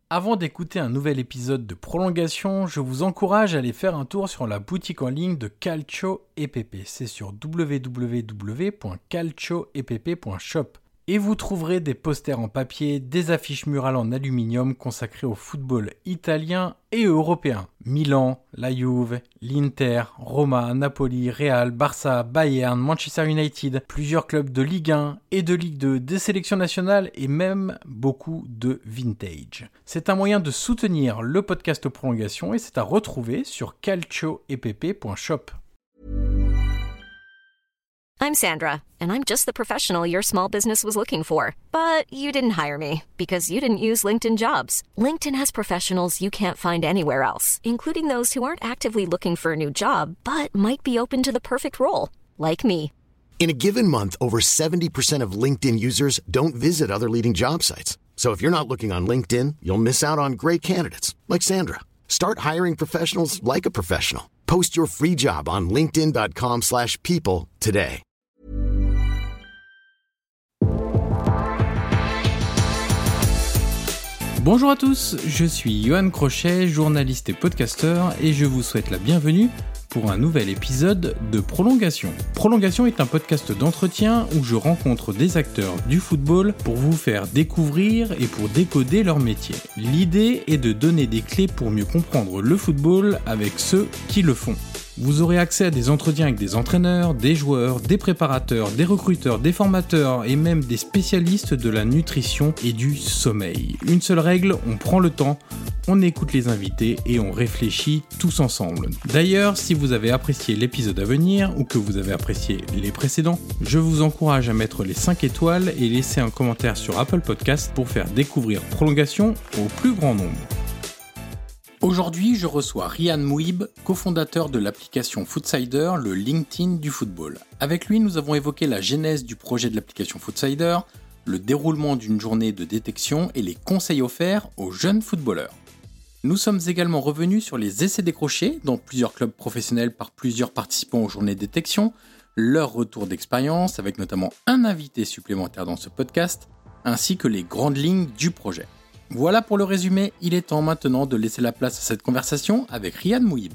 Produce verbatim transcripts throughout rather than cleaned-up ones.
Avant d'écouter un nouvel épisode de Prolongation, je vous encourage à aller faire un tour sur la boutique en ligne de Calcio E P P. C'est sur w w w point calcio e p p point shop. Et vous trouverez des posters en papier, des affiches murales en aluminium consacrées au football italien et européen. Milan, la Juve, l'Inter, Roma, Napoli, Real, Barça, Bayern, Manchester United, plusieurs clubs de Ligue un et de Ligue deux, des sélections nationales et même beaucoup de vintage. C'est un moyen de soutenir le podcast Prolongation et c'est à retrouver sur calcio e p p point shop. I'm Sandra, and I'm just the professional your small business was looking for. But you didn't hire me because you didn't use LinkedIn Jobs. LinkedIn has professionals you can't find anywhere else, including those who aren't actively looking for a new job, but might be open to the perfect role, like me. In a given month, over seventy percent of LinkedIn users don't visit other leading job sites. So if you're not looking on LinkedIn, you'll miss out on great candidates like Sandra. Start hiring professionals like a professional. Post your free job on linkedin dot com slash people today. Bonjour à tous, je suis Johan Crochet, journaliste et podcasteur, et je vous souhaite la bienvenue pour un nouvel épisode de Prolongation. Prolongation est un podcast d'entretien où je rencontre des acteurs du football pour vous faire découvrir et pour décoder leur métier. L'idée est de donner des clés pour mieux comprendre le football avec ceux qui le font. Vous aurez accès à des entretiens avec des entraîneurs, des joueurs, des préparateurs, des recruteurs, des formateurs et même des spécialistes de la nutrition et du sommeil. Une seule règle, on prend le temps, on écoute les invités et on réfléchit tous ensemble. D'ailleurs, si vous avez apprécié l'épisode à venir ou que vous avez apprécié les précédents, je vous encourage à mettre les cinq étoiles et laisser un commentaire sur Apple Podcast pour faire découvrir Prolongation au plus grand nombre. Aujourd'hui, je reçois Ryan Mouhib, cofondateur de l'application Footsider, le LinkedIn du football. Avec lui, nous avons évoqué la genèse du projet de l'application Footsider, le déroulement d'une journée de détection et les conseils offerts aux jeunes footballeurs. Nous sommes également revenus sur les essais décrochés dans plusieurs clubs professionnels par plusieurs participants aux journées de détection, leur retour d'expérience avec notamment un invité supplémentaire dans ce podcast, ainsi que les grandes lignes du projet. Voilà pour le résumé, il est temps maintenant de laisser la place à cette conversation avec Ryan Mouhib.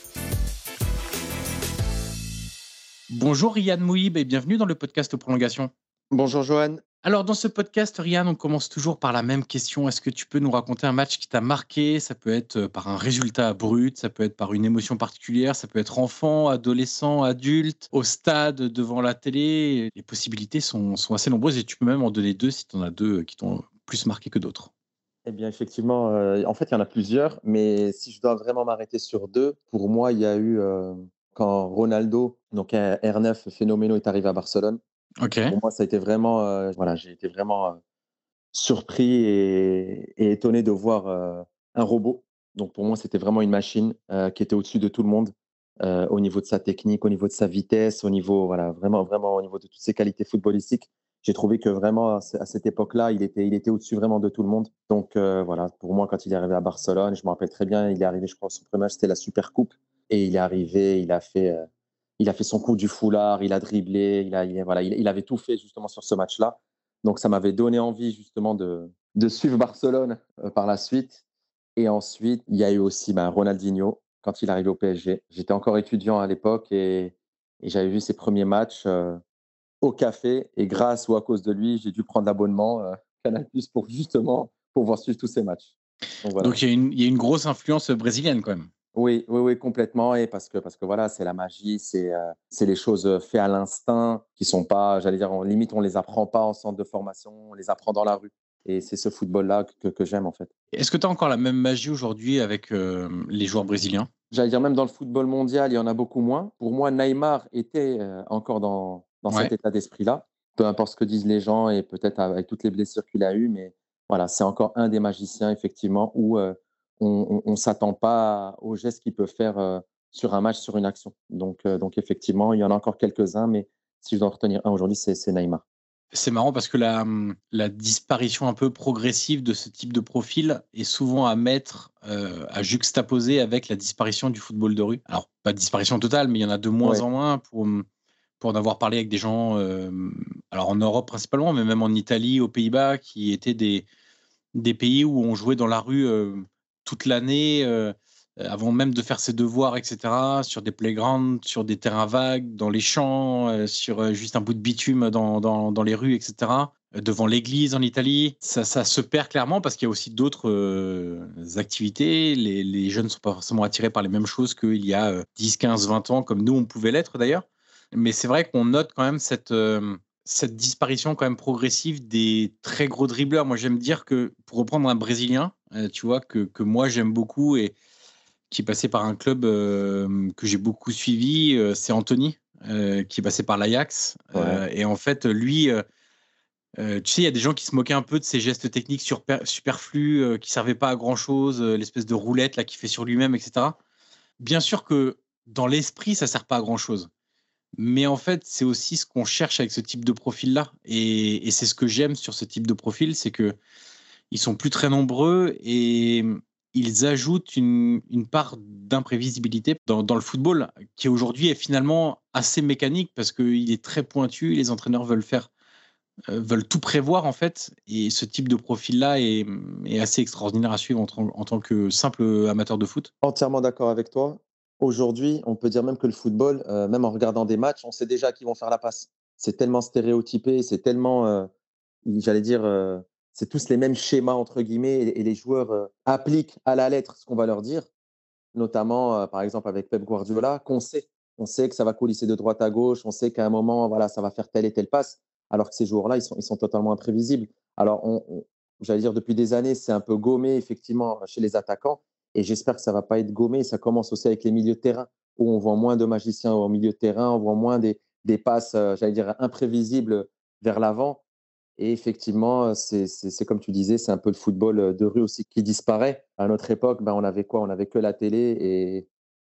Bonjour Ryan Mouhib et bienvenue dans le podcast Prolongation. Bonjour Johan. Alors dans ce podcast, Ryan, on commence toujours par la même question. Est-ce que tu peux nous raconter un match qui t'a marqué ? Ça peut être par un résultat brut, ça peut être par une émotion particulière, ça peut être enfant, adolescent, adulte, au stade, devant la télé. Les possibilités sont, sont assez nombreuses et tu peux même en donner deux si tu en as deux qui t'ont plus marqué que d'autres. Eh bien, effectivement, euh, en fait, il y en a plusieurs, mais si je dois vraiment m'arrêter sur deux, pour moi, il y a eu euh, quand Ronaldo, donc R neuf Phénoméno, est arrivé à Barcelone. Ok. Pour moi, ça a été vraiment, euh, voilà, j'ai été vraiment euh, surpris et, et étonné de voir euh, un robot. Donc, pour moi, c'était vraiment une machine euh, qui était au-dessus de tout le monde euh, au niveau de sa technique, au niveau de sa vitesse, au niveau, voilà, vraiment, vraiment au niveau de toutes ses qualités footballistiques. J'ai trouvé que vraiment, à cette époque-là, il était, il était au-dessus vraiment de tout le monde. Donc, euh, voilà, pour moi, quand il est arrivé à Barcelone, je me rappelle très bien, il est arrivé, je crois, son premier match, c'était la Super Coupe. Et il est arrivé, il a fait, euh, il a fait son coup du foulard, il a dribblé, il, a, il, voilà, il, il avait tout fait justement sur ce match-là. Donc, ça m'avait donné envie justement de, de suivre Barcelone euh, par la suite. Et ensuite, il y a eu aussi ben, Ronaldinho, quand il est arrivé au P S G. J'étais encore étudiant à l'époque et, et j'avais vu ses premiers matchs euh, au café, et grâce ou à cause de lui, j'ai dû prendre l'abonnement euh, Canal+ pour justement pouvoir suivre tous ces matchs. Donc, voilà. Donc il y, a une, il y a une grosse influence brésilienne quand même. Oui, oui, oui, complètement. Et parce que, parce que voilà, c'est la magie, c'est, euh, c'est les choses faites à l'instinct qui sont pas, j'allais dire, en limite, on les apprend pas en centre de formation, on les apprend dans la rue. Et c'est ce football-là que, que j'aime en fait. Est-ce que tu as encore la même magie aujourd'hui avec euh, les joueurs brésiliens ? J'allais dire, même dans le football mondial, il y en a beaucoup moins. Pour moi, Neymar était euh, encore dans, dans ouais. cet état d'esprit-là. Peu importe ce que disent les gens et peut-être avec toutes les blessures qu'il a eues, mais voilà, c'est encore un des magiciens, effectivement, où euh, on ne s'attend pas aux gestes qu'il peut faire euh, sur un match, sur une action. Donc, euh, donc, effectivement, il y en a encore quelques-uns, mais si je dois en retenir un aujourd'hui, c'est, c'est Neymar. C'est marrant parce que la, la disparition un peu progressive de ce type de profil est souvent à mettre, euh, à juxtaposer avec la disparition du football de rue. Alors, pas de disparition totale, mais il y en a de moins ouais. en moins pour, pour en avoir parlé avec des gens, euh, alors en Europe principalement, mais même en Italie, aux Pays-Bas, qui étaient des, des pays où on jouait dans la rue euh, toute l'année, euh, avant même de faire ses devoirs, et cetera, sur des playgrounds, sur des terrains vagues, dans les champs, euh, sur euh, juste un bout de bitume dans, dans, dans les rues, et cetera, euh, devant l'église en Italie. Ça, ça se perd clairement parce qu'il y a aussi d'autres euh, activités. Les, les jeunes ne sont pas forcément attirés par les mêmes choses qu'il y a euh, dix, quinze, vingt ans, comme nous, on pouvait l'être d'ailleurs. Mais c'est vrai qu'on note quand même cette... euh, cette disparition quand même progressive des très gros dribbleurs. Moi, j'aime dire que, pour reprendre un Brésilien, euh, tu vois, que, que moi j'aime beaucoup et qui est passé par un club euh, que j'ai beaucoup suivi, euh, c'est Anthony, euh, qui est passé par l'Ajax. Ouais. Euh, et en fait, lui, euh, euh, tu sais, il y a des gens qui se moquaient un peu de ses gestes techniques surper- superflus, euh, qui servaient pas à grand-chose, euh, l'espèce de roulette là qu'il fait sur lui-même, et cetera. Bien sûr que dans l'esprit, ça sert pas à grand-chose. Mais en fait, c'est aussi ce qu'on cherche avec ce type de profil-là. Et, et c'est ce que j'aime sur ce type de profil, c'est que ils sont plus très nombreux et ils ajoutent une, une part d'imprévisibilité dans, dans le football qui aujourd'hui est finalement assez mécanique parce qu'il est très pointu. Les entraîneurs veulent faire, euh, veulent tout prévoir en fait. Et ce type de profil-là est, est assez extraordinaire à suivre en, tant- en tant que simple amateur de foot. Entièrement d'accord avec toi. Aujourd'hui, on peut dire même que le football, euh, même en regardant des matchs, on sait déjà qui vont faire la passe. C'est tellement stéréotypé, c'est tellement, euh, j'allais dire, euh, c'est tous les mêmes schémas, entre guillemets, et, et les joueurs euh, appliquent à la lettre ce qu'on va leur dire, notamment, euh, par exemple, avec Pep Guardiola, qu'on sait. On sait que ça va coulisser de droite à gauche, on sait qu'à un moment, voilà, ça va faire telle et telle passe, alors que ces joueurs-là, ils sont, ils sont totalement imprévisibles. Alors, on, on- j'allais dire, depuis des années, c'est un peu gommé, effectivement, chez les attaquants, et j'espère que ça ne va pas être gommé. Ça commence aussi avec les milieux de terrain, où on voit moins de magiciens au milieu de terrain, on voit moins des, des passes, euh, j'allais dire, imprévisibles vers l'avant. Et effectivement, c'est, c'est, c'est comme tu disais, c'est un peu le football de rue aussi qui disparaît. À notre époque, ben, on avait quoi? On avait que la télé et,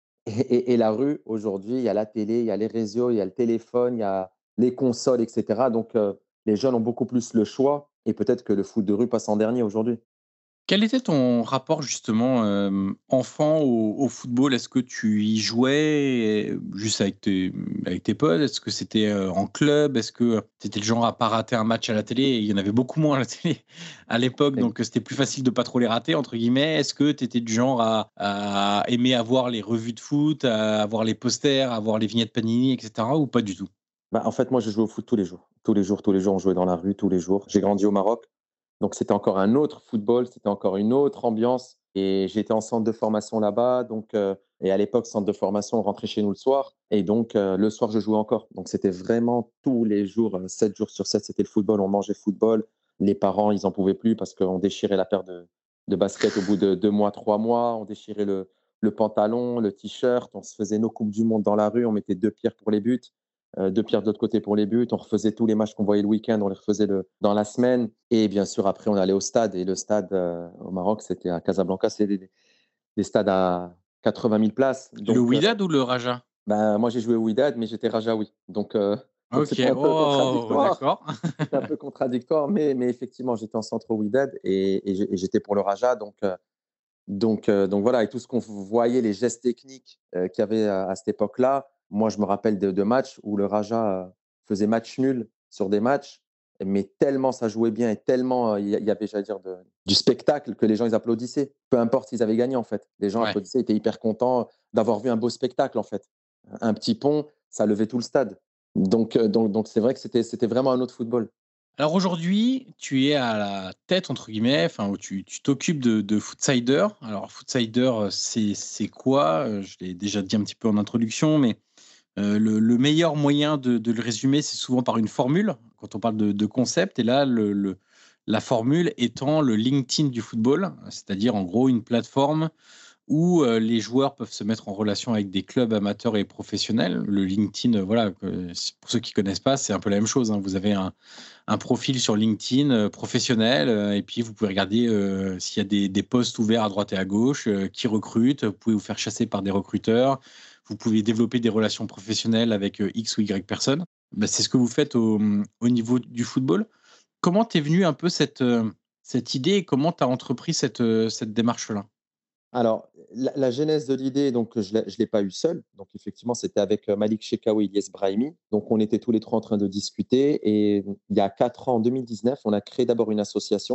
et, et la rue. Aujourd'hui, il y a la télé, il y a les réseaux, il y a le téléphone, il y a les consoles, et cetera. Donc, euh, les jeunes ont beaucoup plus le choix et peut-être que le foot de rue passe en dernier aujourd'hui. Quel était ton rapport justement euh, enfant au, au football? Est-ce que tu y jouais euh, juste avec tes, avec tes potes? Est-ce que c'était euh, en club? Est-ce que tu étais le genre à pas rater un match à la télé? Et il y en avait beaucoup moins à la télé à l'époque, donc euh, c'était plus facile de pas trop les rater, entre guillemets. Est-ce que tu étais du genre à, à aimer avoir les revues de foot, à avoir les posters, à avoir les vignettes Panini, et cetera, ou pas du tout? Bah, en fait, moi, je jouais au foot tous les jours. Tous les jours, tous les jours, on jouait dans la rue, tous les jours. J'ai grandi au Maroc. Donc, c'était encore un autre football, c'était encore une autre ambiance. Et j'étais en centre de formation là-bas. Donc, euh, et à l'époque, centre de formation, on rentrait chez nous le soir. Et donc, euh, le soir, je jouais encore. Donc, c'était vraiment tous les jours, euh, sept jours sur sept, c'était le football. On mangeait football. Les parents, ils n'en pouvaient plus parce qu'on déchirait la paire de, de baskets au bout de deux mois, trois mois. On déchirait le, le pantalon, le t-shirt. On se faisait nos Coupes du Monde dans la rue. On mettait deux pierres pour les buts, euh, deux pierres de l'autre côté pour les buts. On refaisait tous les matchs qu'on voyait le week-end, on les refaisait le, dans la semaine. Et bien sûr, après, on allait au stade. Et le stade euh, au Maroc, c'était à Casablanca, c'était des, des stades à quatre-vingt mille places. Le Donc, euh, Wydad ou le Raja? ben, moi, j'ai joué au Wydad, mais j'étais Rajaoui. Donc, euh, donc Ok, c'était un peu oh, contradictoire. d'accord. C'était un peu contradictoire, mais, mais effectivement, j'étais en centre au Wydad et, et, et j'étais pour le Raja. Donc, euh, donc, euh, donc voilà, et tout ce qu'on voyait, les gestes techniques euh, qu'il y avait à, à cette époque-là, moi je me rappelle de, de matchs où le Raja euh, faisait match nul sur des matchs, mais tellement ça jouait bien et tellement euh, il y, y avait, j'allais dire, de- du spectacle que les gens ils applaudissaient. Peu importe s'ils avaient gagné en fait. Les gens Ouais. applaudissaient, étaient hyper contents d'avoir vu un beau spectacle en fait. Un petit pont, ça levait tout le stade. Donc, euh, donc, donc c'est vrai que c'était, c'était vraiment un autre football. Alors aujourd'hui, tu es à la tête, entre guillemets, enfin, où tu tu t'occupes de, de Footsider. Alors, Footsider, euh, c'est, c'est quoi? Euh, Je l'ai déjà dit un petit peu en introduction, mais euh, le, le meilleur moyen de, de le résumer, c'est souvent par une formule, quand on parle de, de concept. Et là, le, le- la formule étant le LinkedIn du football, c'est-à-dire en gros une plateforme où euh, les joueurs peuvent se mettre en relation avec des clubs amateurs et professionnels. Le LinkedIn, euh, voilà, que- pour ceux qui connaissent pas, c'est un peu la même chose, hein. Vous avez un, un profil sur LinkedIn euh, professionnel euh, et puis vous pouvez regarder euh, s'il y a des, des postes ouverts à droite et à gauche, euh, qui recrutent. Vous pouvez vous faire chasser par des recruteurs. Vous pouvez développer des relations professionnelles avec euh, X ou Y personnes. Ben, c'est ce que vous faites au, au niveau du football. Comment t'es venu un peu cette, euh, cette idée et comment tu as entrepris cette, euh, cette démarche-là? Alors, la, la genèse de l'idée, donc je ne l'ai pas eu seul. Donc, effectivement, c'était avec euh, Malik Chekaoui et Ilyes Brahimi. Donc, on était tous les trois en train de discuter. Et il y a quatre ans, en deux mille dix-neuf, on a créé d'abord une association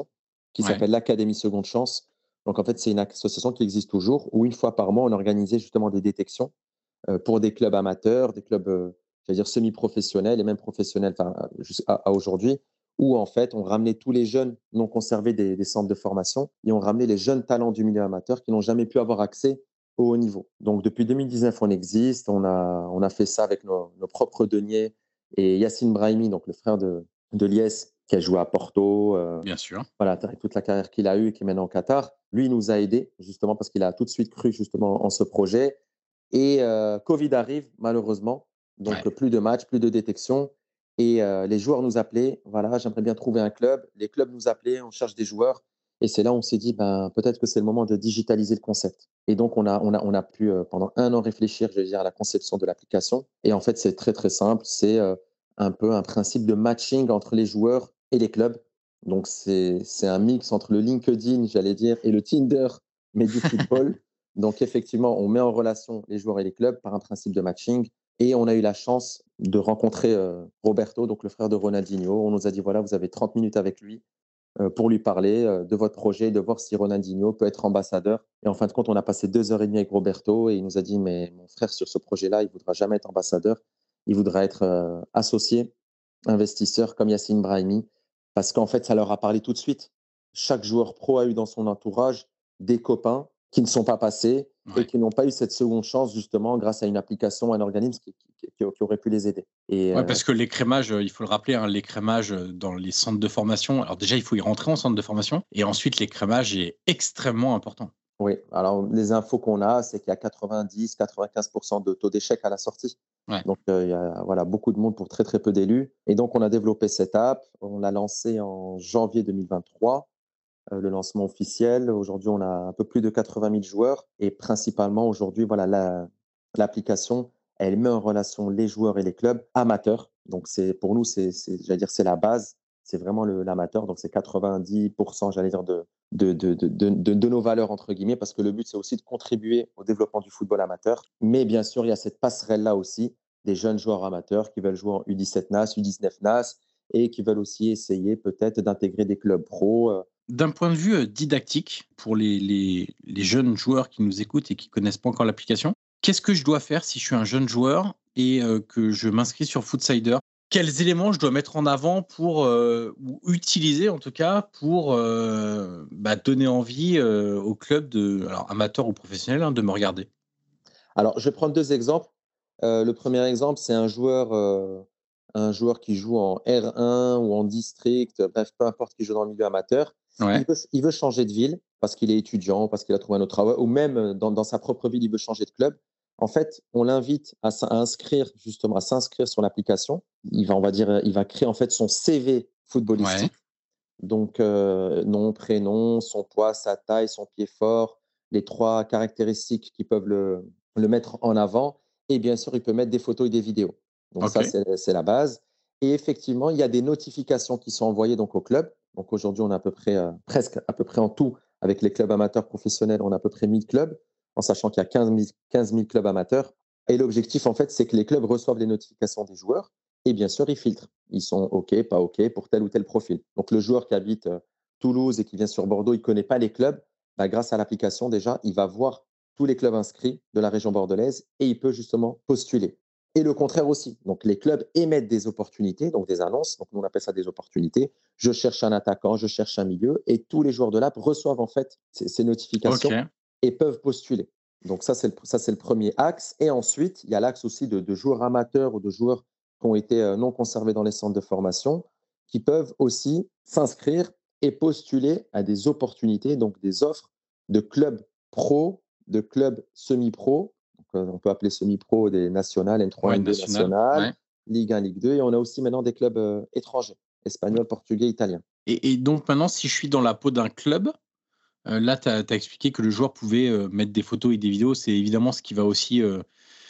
qui Ouais. s'appelle l'Académie Seconde Chance. Donc, en fait, c'est une association qui existe toujours où une fois par mois, on organisait justement des détections euh, pour des clubs amateurs, des clubs, euh, j'allais dire, semi-professionnels et même professionnels enfin, jusqu'à à aujourd'hui, où en fait, on ramenait tous les jeunes non conservés des, des centres de formation et on ramenait les jeunes talents du milieu amateur qui n'ont jamais pu avoir accès au haut niveau. Donc, depuis deux mille dix-neuf, on existe. On a, on a fait ça avec nos, nos propres deniers et Yassine Brahimi, donc le frère de, de Lies, qui a joué à Porto, euh, Bien sûr. voilà, avec toute la carrière qu'il a eue et qui est maintenant au Qatar. Lui, il nous a aidés, justement, parce qu'il a tout de suite cru justement en ce projet. Et euh, Covid arrive, malheureusement. Donc, Ouais. euh, plus de matchs, plus de détection. Et euh, les joueurs nous appelaient. Voilà, j'aimerais bien trouver un club. Les clubs nous appelaient, on cherche des joueurs. Et c'est là où on s'est dit, ben, peut-être que c'est le moment de digitaliser le concept. Et donc, on a, on a, on a pu, euh, pendant un an, réfléchir, je veux dire, à la conception de l'application. Et en fait, c'est très, très simple. C'est euh, un peu un principe de matching entre les joueurs et les clubs. Donc, c'est, c'est un mix entre le LinkedIn, j'allais dire, et le Tinder, mais du football. Donc, effectivement, on met en relation les joueurs et les clubs par un principe de matching. Et on a eu la chance de rencontrer euh, Roberto, donc le frère de Ronaldinho. On nous a dit, voilà, vous avez trente minutes avec lui euh, pour lui parler euh, de votre projet, de voir si Ronaldinho peut être ambassadeur. Et en fin de compte, on a passé deux heures et demie avec Roberto et il nous a dit, mais mon frère, sur ce projet-là, il ne voudra jamais être ambassadeur. Il voudra être euh, associé, investisseur comme Yassine Brahimi. Parce qu'en fait, ça leur a parlé tout de suite. Chaque joueur pro a eu dans son entourage des copains qui ne sont pas passés et Ouais. qui n'ont pas eu cette seconde chance, justement, grâce à une application, un organisme qui, qui, qui, qui aurait pu les aider. Et Ouais, euh, parce que l'écrémage, euh, il faut le rappeler, hein, l'écrémage euh, dans les centres de formation. Alors déjà, il faut y rentrer en centre de formation, et ensuite l'écrémage est extrêmement important. oui, alors les infos qu'on a, c'est qu'il y a quatre-vingt-dix à quatre-vingt-quinze pour cent de taux d'échec à la sortie. Ouais. Donc, euh, il y a voilà, beaucoup de monde pour très, très peu d'élus. Et donc, on a développé cette app. On l'a lancée en janvier deux mille vingt-trois, euh, le lancement officiel. Aujourd'hui, on a un peu plus de quatre-vingt mille joueurs. Et principalement, aujourd'hui, voilà, la, l'application, elle met en relation les joueurs et les clubs amateurs. Donc, c'est, pour nous, c'est, c'est, j'allais dire, c'est la base. C'est vraiment le, l'amateur. Donc, c'est quatre-vingt-dix pour cent, j'allais dire, de, de, de, de, de, de nos valeurs, entre guillemets, parce que le but, c'est aussi de contribuer au développement du football amateur. Mais bien sûr, il y a cette passerelle-là aussi des jeunes joueurs amateurs qui veulent jouer en U dix-sept N A S, U dix-neuf N A S et qui veulent aussi essayer peut-être d'intégrer des clubs pro. euh. D'un point de vue euh, didactique, pour les, les, les jeunes joueurs qui nous écoutent et qui connaissent pas encore l'application, qu'est-ce que je dois faire si je suis un jeune joueur et euh, que je m'inscris sur Foodsider? Quels éléments je dois mettre en avant pour, euh, ou utiliser en tout cas, pour euh, bah, donner envie euh, au club, de, alors amateur ou professionnel, hein, de me regarder? Alors, je vais prendre deux exemples. Euh, le premier exemple, c'est un joueur, euh, un joueur qui joue en R un ou en district, bref, peu importe qui joue dans le milieu amateur. Il Ouais. veut, il veut changer de ville parce qu'il est étudiant, parce qu'il a trouvé un autre travail, ou même dans, dans sa propre ville, il veut changer de club. En fait, on l'invite à, à inscrire justement, à s'inscrire sur l'application. Il va, on va dire, il va créer en fait son C V Ouais. footballistique. Donc, euh, nom, prénom, son poids, sa taille, son pied fort, les trois caractéristiques qui peuvent le, le mettre en avant. Et bien sûr, il peut mettre des photos et des vidéos. Donc, Ok. ça, c'est c'est la base. Et effectivement, il y a des notifications qui sont envoyées donc, au club. Donc, aujourd'hui, on a à peu près, euh, presque à peu près en tout, avec les clubs amateurs professionnels, on a à peu près mille clubs, en sachant qu'il y a quinze mille clubs amateurs. Et l'objectif, en fait, c'est que les clubs reçoivent les notifications des joueurs. Et bien sûr, ils filtrent. Ils sont OK, pas OK pour tel ou tel profil. Donc, le joueur qui habite euh, Toulouse et qui vient sur Bordeaux, il ne connaît pas les clubs. Bah, grâce à l'application, déjà, il va voir tous les clubs inscrits de la région bordelaise et il peut justement postuler. Et le contraire aussi. Donc, les clubs émettent des opportunités, donc des annonces. Donc, nous, on appelle ça des opportunités. Je cherche un attaquant, je cherche un milieu. Et tous les joueurs de l'app reçoivent en fait ces, ces notifications Ok. et peuvent postuler. Donc, ça, c'est le, ça, c'est le premier axe. Et ensuite, il y a l'axe aussi de, de joueurs amateurs ou de joueurs qui ont été euh, non conservés dans les centres de formation, qui peuvent aussi s'inscrire et postuler à des opportunités, donc des offres de clubs pro, de clubs semi-pro. Donc, euh, on peut appeler semi-pro des nationales, N trois, Ouais, N deux national. nationales, Ouais. Ligue un, Ligue deux. Et on a aussi maintenant des clubs euh, étrangers, espagnols, portugais, italiens. Et, et donc maintenant, si je suis dans la peau d'un club, euh, là, tu as expliqué que le joueur pouvait euh, mettre des photos et des vidéos. C'est évidemment ce qui va aussi euh,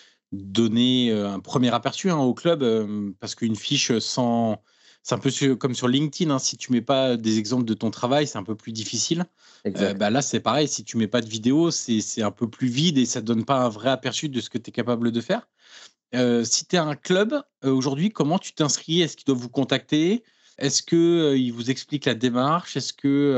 donner euh, un premier aperçu, hein, au club, euh, parce qu'une fiche sans... C'est un peu sur- comme sur LinkedIn, hein, si tu mets pas des exemples de ton travail, c'est un peu plus difficile. Euh, Exact. bah là, c'est pareil, si tu mets pas de vidéo, c'est c'est un peu plus vide et ça donne pas un vrai aperçu de ce que tu es capable de faire. Euh, si tu es un club, euh, aujourd'hui, comment tu t'inscris? Est-ce qu'ils doivent vous contacter? Est-ce qu'ils vous expliquent la démarche? Est-ce que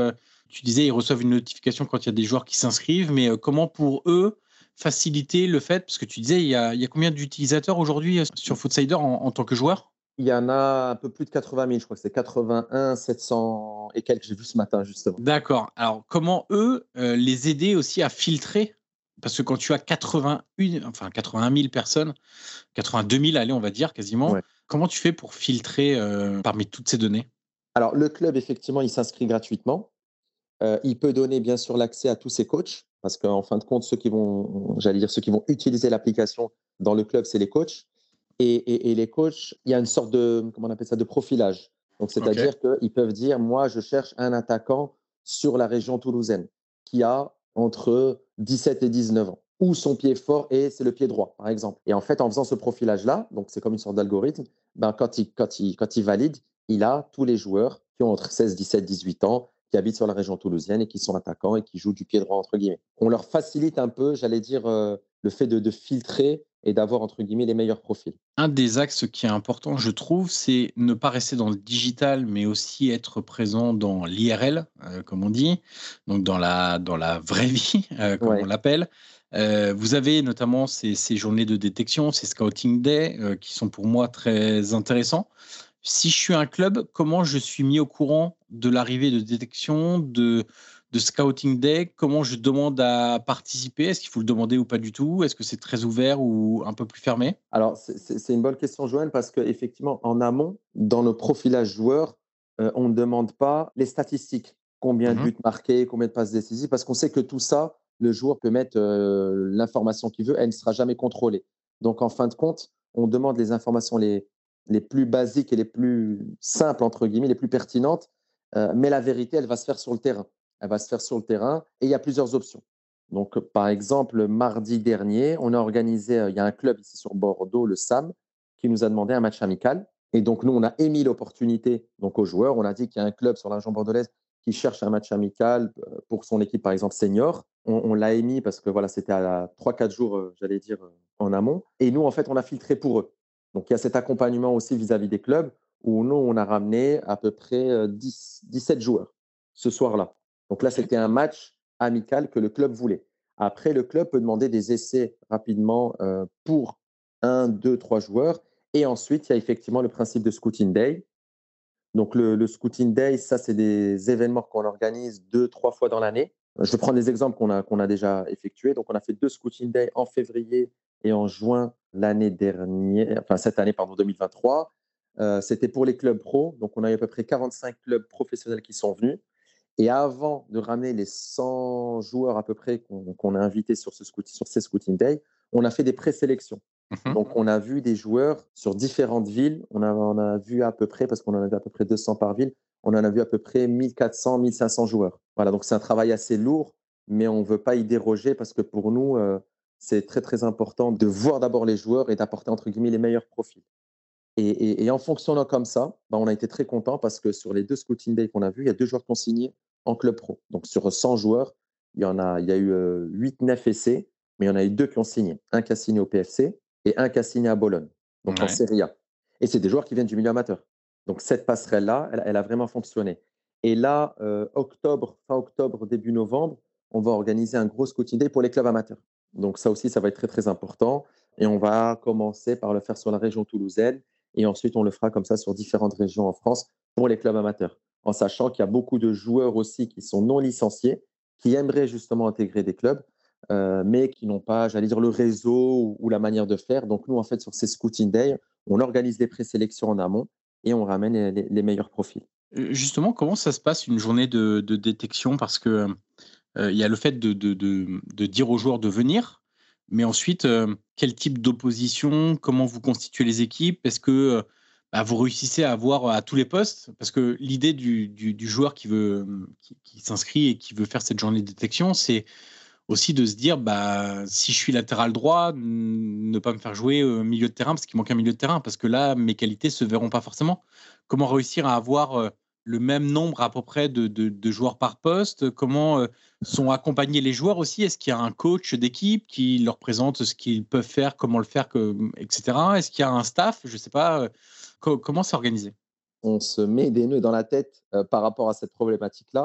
tu disais, ils reçoivent une notification quand il y a des joueurs qui s'inscrivent, mais euh, comment pour eux faciliter le fait, parce que tu disais, il y a, il y a combien d'utilisateurs aujourd'hui euh, sur Footsider en, en tant que joueur? Il y en a un peu plus de quatre-vingt mille, je crois que c'est quatre-vingt-un, sept cents et quelques, j'ai vu ce matin justement. D'accord. Alors, comment eux euh, les aider aussi à filtrer? Parce que quand tu as quatre-vingt-un, enfin quatre-vingt-un mille personnes, quatre-vingt-deux mille, allez, on va dire quasiment, Ouais. comment tu fais pour filtrer euh, parmi toutes ces données? Alors, le club, effectivement, il s'inscrit gratuitement. Euh, il peut donner, bien sûr, l'accès à tous ses coachs, parce qu'en fin de compte, ceux qui vont, j'allais dire, ceux qui vont utiliser l'application dans le club, c'est les coachs. Et, et, et les coachs, il y a une sorte de, comment on appelle ça, de profilage. Donc, c'est-à-dire Ok. qu'ils peuvent dire, moi, je cherche un attaquant sur la région toulousaine qui a entre dix-sept et dix-neuf ans, où son pied fort et c'est le pied droit, par exemple. Et en fait, en faisant ce profilage-là, donc c'est comme une sorte d'algorithme, ben, quand, il, quand, il, quand il valide, il a tous les joueurs qui ont entre seize, dix-sept, dix-huit ans, qui habitent sur la région toulousaine et qui sont attaquants et qui jouent du pied droit, entre guillemets. On leur facilite un peu, j'allais dire, euh, le fait de, de filtrer et d'avoir, entre guillemets, les meilleurs profils. Un des axes qui est important, je trouve, c'est ne pas rester dans le digital, mais aussi être présent dans l'I R L, euh, comme on dit, donc dans la, dans la vraie vie, euh, comme on Ouais. l'appelle. Euh, vous avez notamment ces, ces journées de détection, ces Scouting Day, euh, qui sont pour moi très intéressants. Si je suis un club, comment je suis mis au courant de l'arrivée de détection, de, de Scouting Day? Comment je demande à participer? Est-ce qu'il faut le demander ou pas du tout? Est-ce que c'est très ouvert ou un peu plus fermé? Alors, c'est- c'est c'est une bonne question, Joël, parce qu'effectivement, en amont, dans nos profilages joueurs, euh, on ne demande pas les statistiques, combien de Mhm. buts marqués, combien de passes décisives, parce qu'on sait que tout ça, le joueur peut mettre euh, l'information qu'il veut, elle ne sera jamais contrôlée. Donc, en fin de compte, on demande les informations les, les plus basiques et les plus simples, entre guillemets, les plus pertinentes, euh, mais la vérité, elle va se faire sur le terrain. Elle va se faire sur le terrain et il y a plusieurs options. Donc, par exemple, mardi dernier, on a organisé, euh, il y a un club ici sur Bordeaux, le S A M, qui nous a demandé un match amical. Et donc, nous, on a émis l'opportunité donc, aux joueurs. On a dit qu'il y a un club sur la région bordelaise qui cherche un match amical euh, pour son équipe, par exemple, senior. On, on l'a émis parce que voilà, c'était à trois quatre jours, euh, j'allais dire, euh, en amont. Et nous, en fait, on a filtré pour eux. Donc, il y a cet accompagnement aussi vis-à-vis des clubs où nous, on a ramené à peu près euh, dix, dix-sept joueurs ce soir-là. Donc là, Ok. c'était un match amical que le club voulait. Après, le club peut demander des essais rapidement euh, pour un, deux, trois joueurs. Et ensuite, il y a effectivement le principe de Scouting Day. Donc, le, le Scouting Day, ça, c'est des événements qu'on organise deux, trois fois dans l'année. Je vais prendre des exemples qu'on a, qu'on a déjà effectués. Donc, on a fait deux Scouting Day en février et en juin l'année dernière, enfin cette année, pardon, deux mille vingt-trois. Euh, c'était pour les clubs pro. Donc, on a eu à peu près quarante-cinq clubs professionnels qui sont venus. Et avant de ramener les cent joueurs à peu près qu'on qu'on a invités sur, ce scout- sur ces Scouting Day, on a fait des présélections. Mhm. Donc, on a vu des joueurs sur différentes villes. On a, on a vu à peu près, parce qu'on en avait à peu près deux cents par ville, on en a vu à peu près mille quatre cents, mille cinq cents joueurs. Voilà, donc c'est un travail assez lourd, mais on ne veut pas y déroger parce que pour nous, euh, c'est très, très important de voir d'abord les joueurs et d'apporter, entre guillemets, les meilleurs profils. Et, et, et en fonctionnant comme ça, bah, on a été très contents parce que sur les deux Scouting Day qu'on a vus, il y a deux joueurs qui ont signé en club pro. Donc sur cent joueurs, il y, en a, il y a eu euh, huit neuf essais, mais il y en a eu deux qui ont signé. Un qui a signé au P F C et un qui a signé à Bologne, donc en Ouais. Serie A. Et c'est des joueurs qui viennent du milieu amateur. Donc cette passerelle-là, elle, elle a vraiment fonctionné. Et là, euh, octobre, fin octobre, début novembre, on va organiser un gros Scouting Day pour les clubs amateurs. Donc ça aussi, ça va être très, très important. Et on va commencer par le faire sur la région toulousaine. Et ensuite, on le fera comme ça sur différentes régions en France pour les clubs amateurs, en sachant qu'il y a beaucoup de joueurs aussi qui sont non licenciés, qui aimeraient justement intégrer des clubs, euh, mais qui n'ont pas, j'allais dire, le réseau ou, ou la manière de faire. Donc, nous, en fait, sur ces Scouting Day, on organise les présélections en amont et on ramène les, les- les meilleurs profils. Euh, Justement, comment ça se passe une journée de, de détection? Parce que euh, il y a le fait de, de, de, de dire aux joueurs de venir, mais ensuite, euh, quel type d'opposition? Comment vous constituez les équipes? Est-ce que euh, bah, vous réussissez à avoir à tous les postes? Parce que l'idée du, du, du joueur qui veut, qui, qui s'inscrit et qui veut faire cette journée de détection, c'est aussi de se dire, bah, si je suis latéral droit, ne pas me faire jouer au milieu de terrain parce qu'il manque un milieu de terrain, parce que là, mes qualités se verront pas forcément. Comment réussir à avoir euh, le même nombre à peu près de, de, de joueurs par poste? Comment euh, sont accompagnés les joueurs aussi? Est-ce qu'il y a un coach d'équipe qui leur présente ce qu'ils peuvent faire, comment le faire, que, et cetera. Est-ce qu'il y a un staff? Je sais pas. euh, co- comment c'est organisé? On se met des nœuds dans la tête euh, par rapport à cette problématique-là.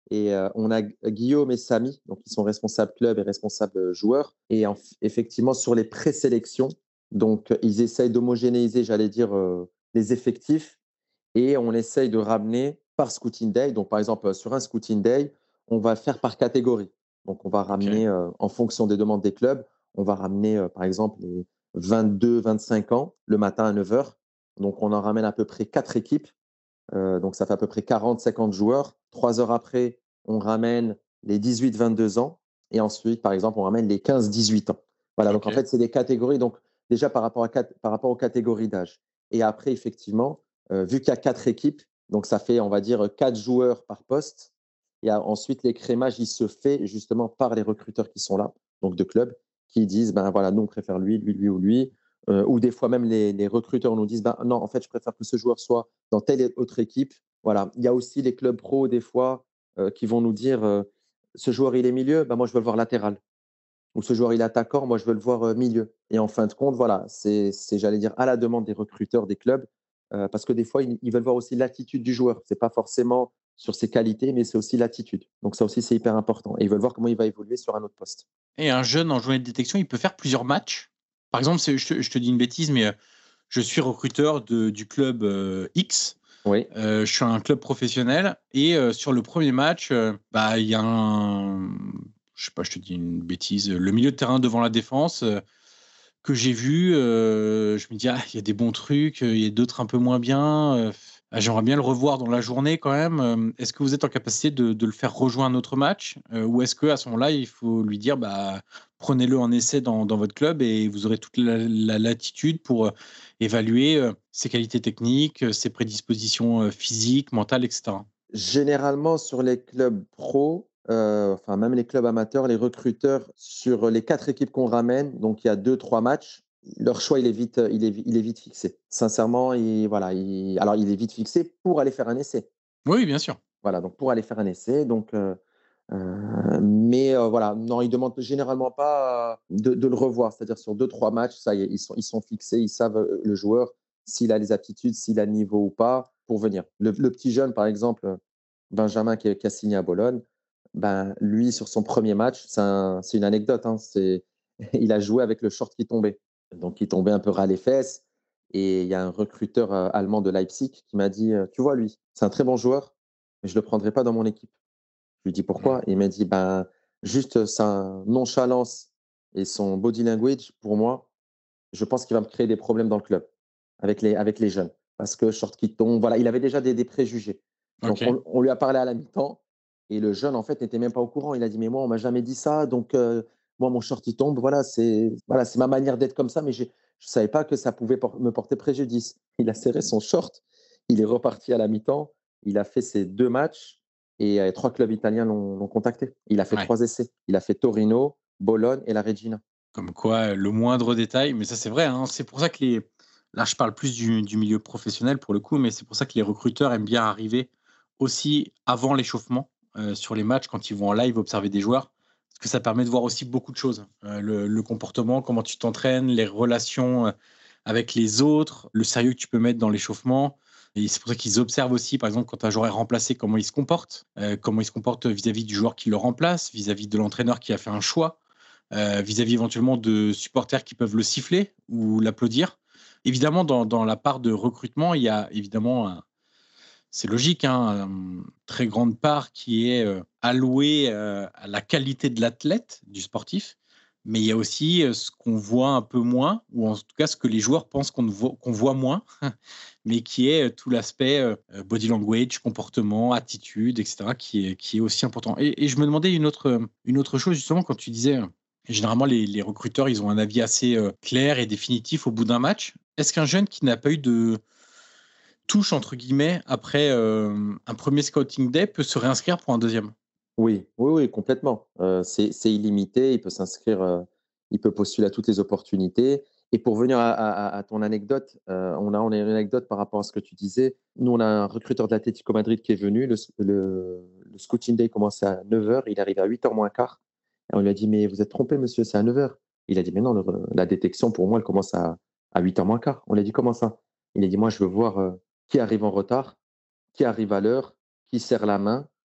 Et euh, on a Guillaume et Samy, donc ils sont responsables club et responsables joueurs. Et en, effectivement, sur les présélections, donc ils essayent d'homogénéiser, j'allais dire, euh, les effectifs et on essaye de ramener par Scouting Day. Donc, par exemple, sur un Scouting Day, on va faire par catégorie. Donc, on va Ok. ramener, euh, en fonction des demandes des clubs, on va ramener, euh, par exemple, les vingt-deux vingt-cinq ans le matin à neuf heures. Donc, on en ramène à peu près quatre équipes. Euh, donc, ça fait à peu près quarante cinquante joueurs. Trois heures après, on ramène les dix-huit vingt-deux ans. Et ensuite, par exemple, on ramène les quinze dix-huit ans. Voilà, donc en Ok. fait, c'est des catégories. Donc, déjà par rapport, à, par rapport aux catégories d'âge. Et après, effectivement, euh, vu qu'il y a quatre équipes, donc ça fait, on va dire, quatre joueurs par poste. Et ensuite, l'écrémage, il se fait justement par les recruteurs qui sont là, donc de clubs, qui disent, ben voilà, nous, on préfère lui, lui, lui ou lui. Euh, ou des fois même, les, les recruteurs nous disent, ben non, en fait, je préfère que ce joueur soit dans telle autre équipe. Voilà. Il y a aussi les clubs pro, des fois, euh, qui vont nous dire, euh, ce joueur, il est milieu, ben moi, je veux le voir latéral. Ou ce joueur, il est attaquant, moi, je veux le voir euh, milieu. Et en fin de compte, voilà, c'est, c'est, j'allais dire, à la demande des recruteurs, des clubs, euh, parce que des fois, ils, ils veulent voir aussi l'attitude du joueur. Ce n'est pas forcément sur ses qualités, mais c'est aussi l'attitude. Donc ça aussi, c'est hyper important. Et ils veulent voir comment il va évoluer sur un autre poste. Et un jeune en journée de détection, il peut faire plusieurs matchs. Par exemple, c'est- je te, je te dis une bêtise, mais euh, je suis recruteur de, du club euh, X. Oui, Euh, je suis un club professionnel et euh, sur le premier match, euh, bah il y a un, je sais pas, je te dis une bêtise, le milieu de terrain devant la défense euh, que j'ai vu. Euh, je me dis ah il y a des bons trucs, euh, il y a d'autres un peu moins bien. euh, ah, j'aimerais bien le revoir dans la journée quand même. Euh, Est-ce que vous êtes en capacité de, de le faire rejoindre un autre match euh, ou est-ce que à ce moment-là il faut lui dire bah prenez-le en essai dans, dans votre club et vous aurez toute la, la latitude pour euh, évaluer euh, ses qualités techniques, euh, ses prédispositions euh, physiques, mentales, et cetera. généralement, sur les clubs pro, euh, enfin même les clubs amateurs, les recruteurs, sur les quatre équipes qu'on ramène, donc il y a deux, trois matchs, leur choix, il est vite, il est, il est vite fixé. Sincèrement, il, voilà, il, alors il est vite fixé pour aller faire un essai. Oui, bien sûr. Voilà, donc pour aller faire un essai. Donc, euh, euh, mais euh, voilà, non, ils ne demandent généralement pas euh, de, de le revoir. C'est-à-dire sur deux, trois matchs, ça y est, ils sont, ils sont fixés, ils savent euh, le joueur, s'il a les aptitudes, s'il a le niveau ou pas, pour venir. Le, le petit jeune, par exemple, Benjamin qui, qui a signé à Bologne, ben, lui, sur son premier match, c'est un, une anecdote, hein, c'est, il a joué avec le short qui tombait. Donc, il tombait un peu ras les fesses. Et il y a un recruteur euh, allemand de Leipzig qui m'a dit, euh, tu vois, lui, c'est un très bon joueur, mais je ne le prendrai pas dans mon équipe. Je lui dis Mm. pourquoi. Il m'a dit, ben, juste sa nonchalance et son body language, pour moi, je pense qu'il va me créer des problèmes dans le club avec les, avec les jeunes. Parce que short qui tombe, voilà, il avait déjà des, des préjugés. Donc, Ok. on, on, lui a parlé à la mi-temps et le jeune, en fait, n'était même pas au courant. Il a dit, mais moi, on m'a jamais dit ça. Donc, euh, moi, mon short, il tombe. Voilà, c'est voilà, c'est ma manière d'être comme ça, mais je ne savais pas que ça pouvait por- me porter préjudice. Il a serré son short. Il est reparti à la mi-temps. Il a fait ses deux matchs et euh, trois clubs italiens l'ont l'ont contacté. Il a fait Ouais. trois essais. Il a fait Torino, Bologne et la Regina. Comme quoi, euh, le moindre détail, mais ça c'est vrai, hein, c'est pour ça que les. Là, je parle plus du, du milieu professionnel pour le coup, mais c'est pour ça que les recruteurs aiment bien arriver aussi avant l'échauffement euh, sur les matchs quand ils vont en live observer des joueurs, parce que ça permet de voir aussi beaucoup de choses. Euh, le, le comportement, comment tu t'entraînes, les relations euh, avec les autres, le sérieux que tu peux mettre dans l'échauffement. Et c'est pour ça qu'ils observent aussi, par exemple, quand un joueur est remplacé, comment il se comporte, euh, comment il se comporte vis-à-vis du joueur qui le remplace, vis-à-vis de l'entraîneur qui a fait un choix euh, vis-à-vis éventuellement de supporters qui peuvent le siffler ou l'applaudir. Évidemment, dans, dans la part de recrutement, il y a évidemment, un- c'est logique, hein, une très grande part qui est euh, allouée euh, à la qualité de l'athlète, du sportif, mais il y a aussi euh, ce qu'on voit un peu moins, ou en tout cas ce que les joueurs pensent qu'on ne voit, qu'on voit moins, mais qui est euh, tout l'aspect euh, body language, comportement, attitude, et cetera, qui est, qui est aussi important. Et, et je me demandais une autre, une autre chose, justement, quand tu disais, euh, généralement, les, les recruteurs, ils ont un avis assez euh, clair et définitif au bout d'un match. Est-ce qu'un jeune qui n'a pas eu de touche, entre guillemets, après euh, un premier scouting day peut se réinscrire pour un deuxième? Oui, oui, oui, complètement. Euh, c'est c'est illimité. Il peut s'inscrire, euh, il peut postuler à toutes les opportunités. Et pour venir à, à- à ton anecdote, euh, on a, on a une anecdote par rapport à ce que tu disais. Nous, on a un recruteur de l'Atlético Madrid qui est venu. Le, le, le scouting day commençait à neuf heures. Il arrive à huit heures moins quart. Et on lui a dit, mais vous êtes trompé, monsieur, c'est à neuf heures. Il a dit, mais non, le- la détection, pour moi, elle commence à, à huit heures moins quart. On lui a dit, comment ça? Il a dit, moi, je veux voir euh, qui arrive en retard, qui arrive à l'heure, qui serre la main.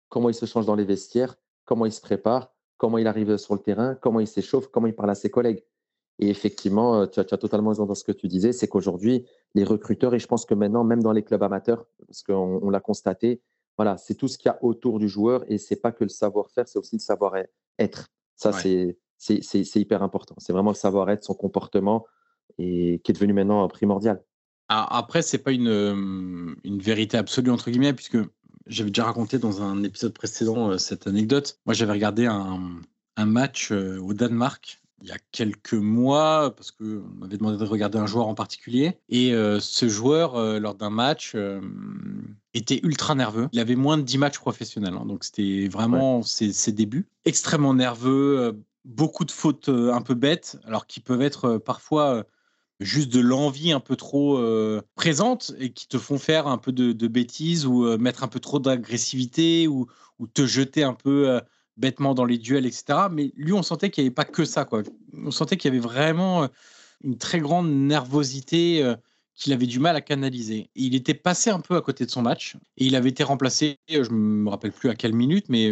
comment il se change dans les vestiaires, comment il se prépare, comment il arrive sur le terrain, comment il s'échauffe, comment il parle à ses collègues. Et effectivement, tu as, tu as totalement raison dans ce que tu disais, c'est qu'aujourd'hui, les recruteurs, et je pense que maintenant, même dans les clubs amateurs, parce qu'on on l'a constaté, voilà, c'est tout ce qu'il y a autour du joueur et c'est pas que le savoir-faire, c'est aussi le savoir-être. Ça, Ouais. c'est, c'est, c'est, c'est hyper important. C'est vraiment le savoir-être, son comportement, et qui est devenu maintenant primordial. Alors, après, c'est pas une, euh, une vérité absolue, entre guillemets, puisque j'avais déjà raconté dans un épisode précédent euh, cette anecdote. Moi, j'avais regardé un, un match euh, au Danemark il y a quelques mois, parce qu'on m'avait demandé de regarder un joueur en particulier. Et euh, ce joueur, euh, lors d'un match, euh, était ultra nerveux. Il avait moins de dix matchs professionnels, hein, donc c'était Ouais. vraiment ses, ses débuts. Extrêmement nerveux, euh, beaucoup de fautes euh, un peu bêtes, alors qui peuvent être euh, parfois... euh, juste de l'envie un peu trop euh, présente et qui te font faire un peu de, de bêtises ou euh, mettre un peu trop d'agressivité ou, ou te jeter un peu euh, bêtement dans les duels, et cetera. Mais lui, on sentait qu'il n'y avait pas que ça, quoi. On sentait qu'il y avait vraiment euh, une très grande nervosité euh, qu'il avait du mal à canaliser. Et il était passé un peu à côté de son match et il avait été remplacé, je ne me rappelle plus à quelle minute, mais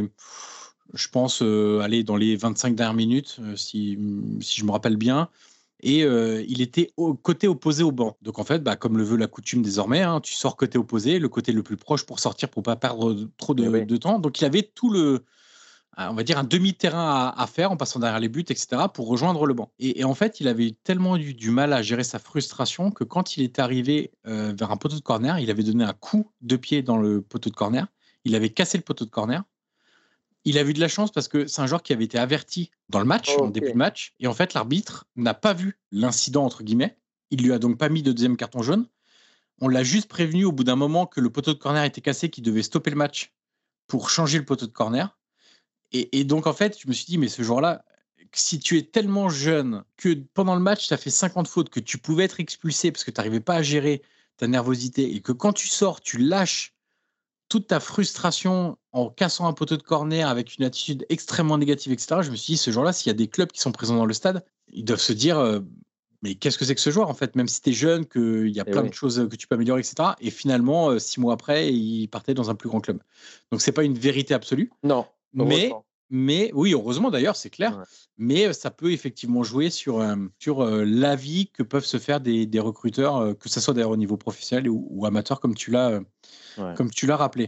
je pense euh, aller dans les vingt-cinq dernières minutes, euh, si, si je me rappelle bien. Et euh, il était au côté opposé au banc. Donc en fait, bah, comme le veut la coutume désormais, hein, tu sors côté opposé, le côté le plus proche pour sortir, pour pas perdre trop Mais de, oui. de temps. Donc il avait tout le, on va dire, un demi-terrain à, à faire en passant derrière les buts, et cetera, pour rejoindre le banc. Et, et en fait, il avait tellement eu du mal à gérer sa frustration que quand il était arrivé euh, vers un poteau de corner, il avait donné un coup de pied dans le poteau de corner. Il avait cassé le poteau de corner. Il a eu de la chance parce que c'est un joueur qui avait été averti dans le match, en Ok. début de match. Et en fait, l'arbitre n'a pas vu l'incident, entre guillemets. Il lui a donc pas mis de deuxième carton jaune. On l'a juste prévenu au bout d'un moment que le poteau de corner était cassé, qu'il devait stopper le match pour changer le poteau de corner. Et, et donc, en fait, je me suis dit, mais ce joueur-là, si tu es tellement jeune que pendant le match, tu as fait cinquante fautes, que tu pouvais être expulsé parce que tu n'arrivais pas à gérer ta nervosité et que quand tu sors, tu lâches toute ta frustration en cassant un poteau de corner avec une attitude extrêmement négative, et cetera. Je me suis dit, ce jour-là, s'il y a des clubs qui sont présents dans le stade, ils doivent se dire, euh, mais qu'est-ce que c'est que ce joueur, en fait, même si tu es jeune, qu'il y a Et plein oui. de choses que tu peux améliorer, et cetera. Et finalement, euh, six mois après, il partait dans un plus grand club. Donc, c'est pas une vérité absolue, Non, mais, heureusement. mais oui, heureusement d'ailleurs, c'est clair. Ouais. Mais euh, ça peut effectivement jouer sur, euh, sur euh, l'avis que peuvent se faire des, des recruteurs, euh, que ce soit d'ailleurs au niveau professionnel ou, ou amateur, comme tu l'as, euh, Ouais. comme tu l'as rappelé.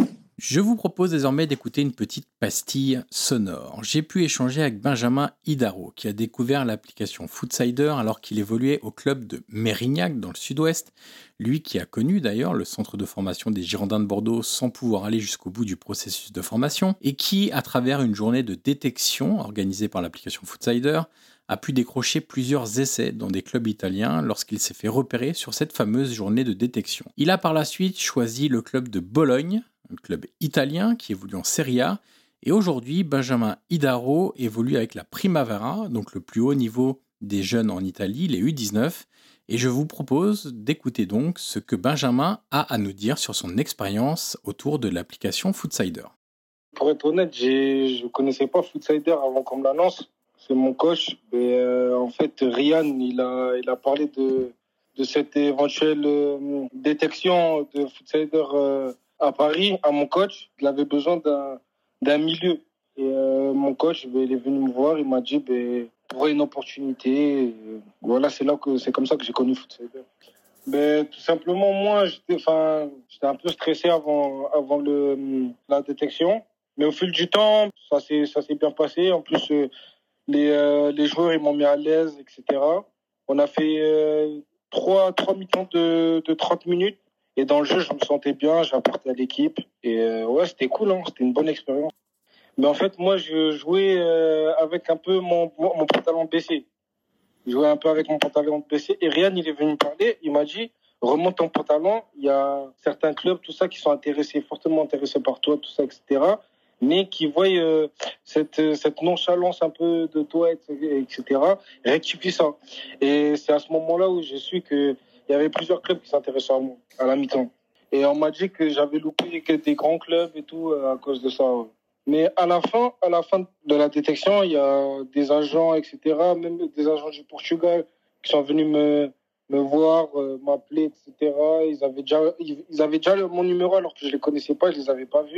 Je vous propose désormais d'écouter une petite pastille sonore. J'ai pu échanger avec Benjamin Hidaro, qui a découvert l'application Foodsider alors qu'il évoluait au club de Mérignac dans le sud-ouest. Lui qui a connu d'ailleurs le centre de formation des Girondins de Bordeaux sans pouvoir aller jusqu'au bout du processus de formation, et qui, à travers une journée de détection organisée par l'application Foodsider, a pu décrocher plusieurs essais dans des clubs italiens lorsqu'il s'est fait repérer sur cette fameuse journée de détection. Il a par la suite choisi le club de Bologne, un club italien qui évolue en Serie A, et aujourd'hui Benjamin Hidaro évolue avec la Primavera, donc le plus haut niveau des jeunes en Italie, les U dix-neuf, et je vous propose d'écouter donc ce que Benjamin a à nous dire sur son expérience autour de l'application Foodsider. Pour être honnête, j'ai, je ne connaissais pas Foodsider avant qu'on me l'annonce. C'est mon coach. Et euh, en fait, Ryan, il a, il a parlé de, de cette éventuelle euh, détection de Foodsider euh, à Paris, à mon coach. Il avait besoin d'un, d'un milieu. Et euh, mon coach, ben, il est venu me voir, il m'a dit, ben, pour une opportunité. Et voilà, c'est là que c'est comme ça que j'ai connu Foodsider. Ben, tout simplement, moi, j'étais, enfin, j'étais un peu stressé avant, avant le, la détection. Mais au fil du temps, ça s'est, ça s'est bien passé. En plus, euh, les, euh, les joueurs, ils m'ont mis à l'aise, et cetera. On a fait euh, trois, trois mi-temps de, de trente minutes. Et dans le jeu, je me sentais bien, j'ai apporté à l'équipe. Et euh, ouais, c'était cool, hein, c'était une bonne expérience. Mais en fait, moi, je jouais euh, avec un peu mon, mon pantalon baissé. Je jouais un peu avec mon pantalon baissé. Et Ryan, il est venu me parler, il m'a dit, remonte ton pantalon. Il y a certains clubs, tout ça, qui sont intéressés, fortement intéressés par toi, tout ça, et cetera. Mais qui voient euh, cette, cette nonchalance un peu de toi, et cetera. Rectifie ça. Et c'est à ce moment-là où j'ai su qu'il y avait plusieurs clubs qui s'intéressaient à moi, à la mi-temps. Et on m'a dit que j'avais loupé que des grands clubs et tout à cause de ça. Mais à la fin, à la fin de la détection, il y a des agents, et cetera, même des agents du Portugal qui sont venus me, me voir, euh, m'appeler, et cetera. Ils avaient déjà, ils avaient déjà mon numéro alors que je les connaissais pas, je les avais pas vus.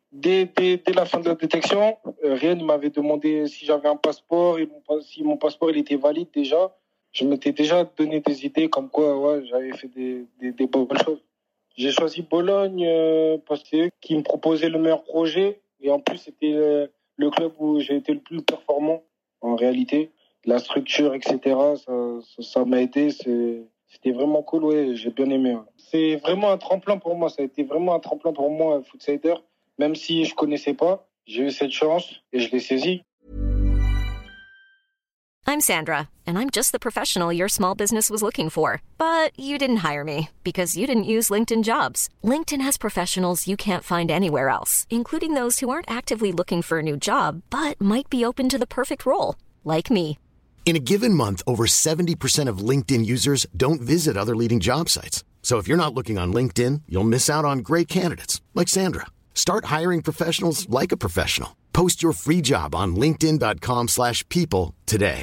dès, dès, dès la fin de la détection, euh, Ryan m'avait demandé si j'avais un passeport, et mon, si mon passeport il était valide déjà. Je m'étais déjà donné des idées comme quoi ouais, j'avais fait des, des, des bonnes choses. J'ai choisi Bologne euh, parce que c'est eux qui me proposaient le meilleur projet. Et en plus, c'était euh, le club où j'ai été le plus performant en réalité. La structure, et cetera, ça, ça, ça m'a aidé. C'est, c'était vraiment cool, ouais, j'ai bien aimé. Ouais. C'est vraiment un tremplin pour moi. Ça a été vraiment un tremplin pour moi, Footsider. Même si je connaissais pas, j'ai eu cette chance et je l'ai saisie. I'm Sandra, and I'm just the professional your small business was looking for. But you didn't hire me because you didn't use LinkedIn Jobs. LinkedIn has professionals you can't find anywhere else, including those who aren't actively looking for a new job, but might be open to the perfect role, like me. In a given month, over seventy percent of LinkedIn users don't visit other leading job sites. So if you're not looking on LinkedIn, you'll miss out on great candidates like Sandra. Start hiring professionals like a professional. Post your free job on linkedin dot com slash people today.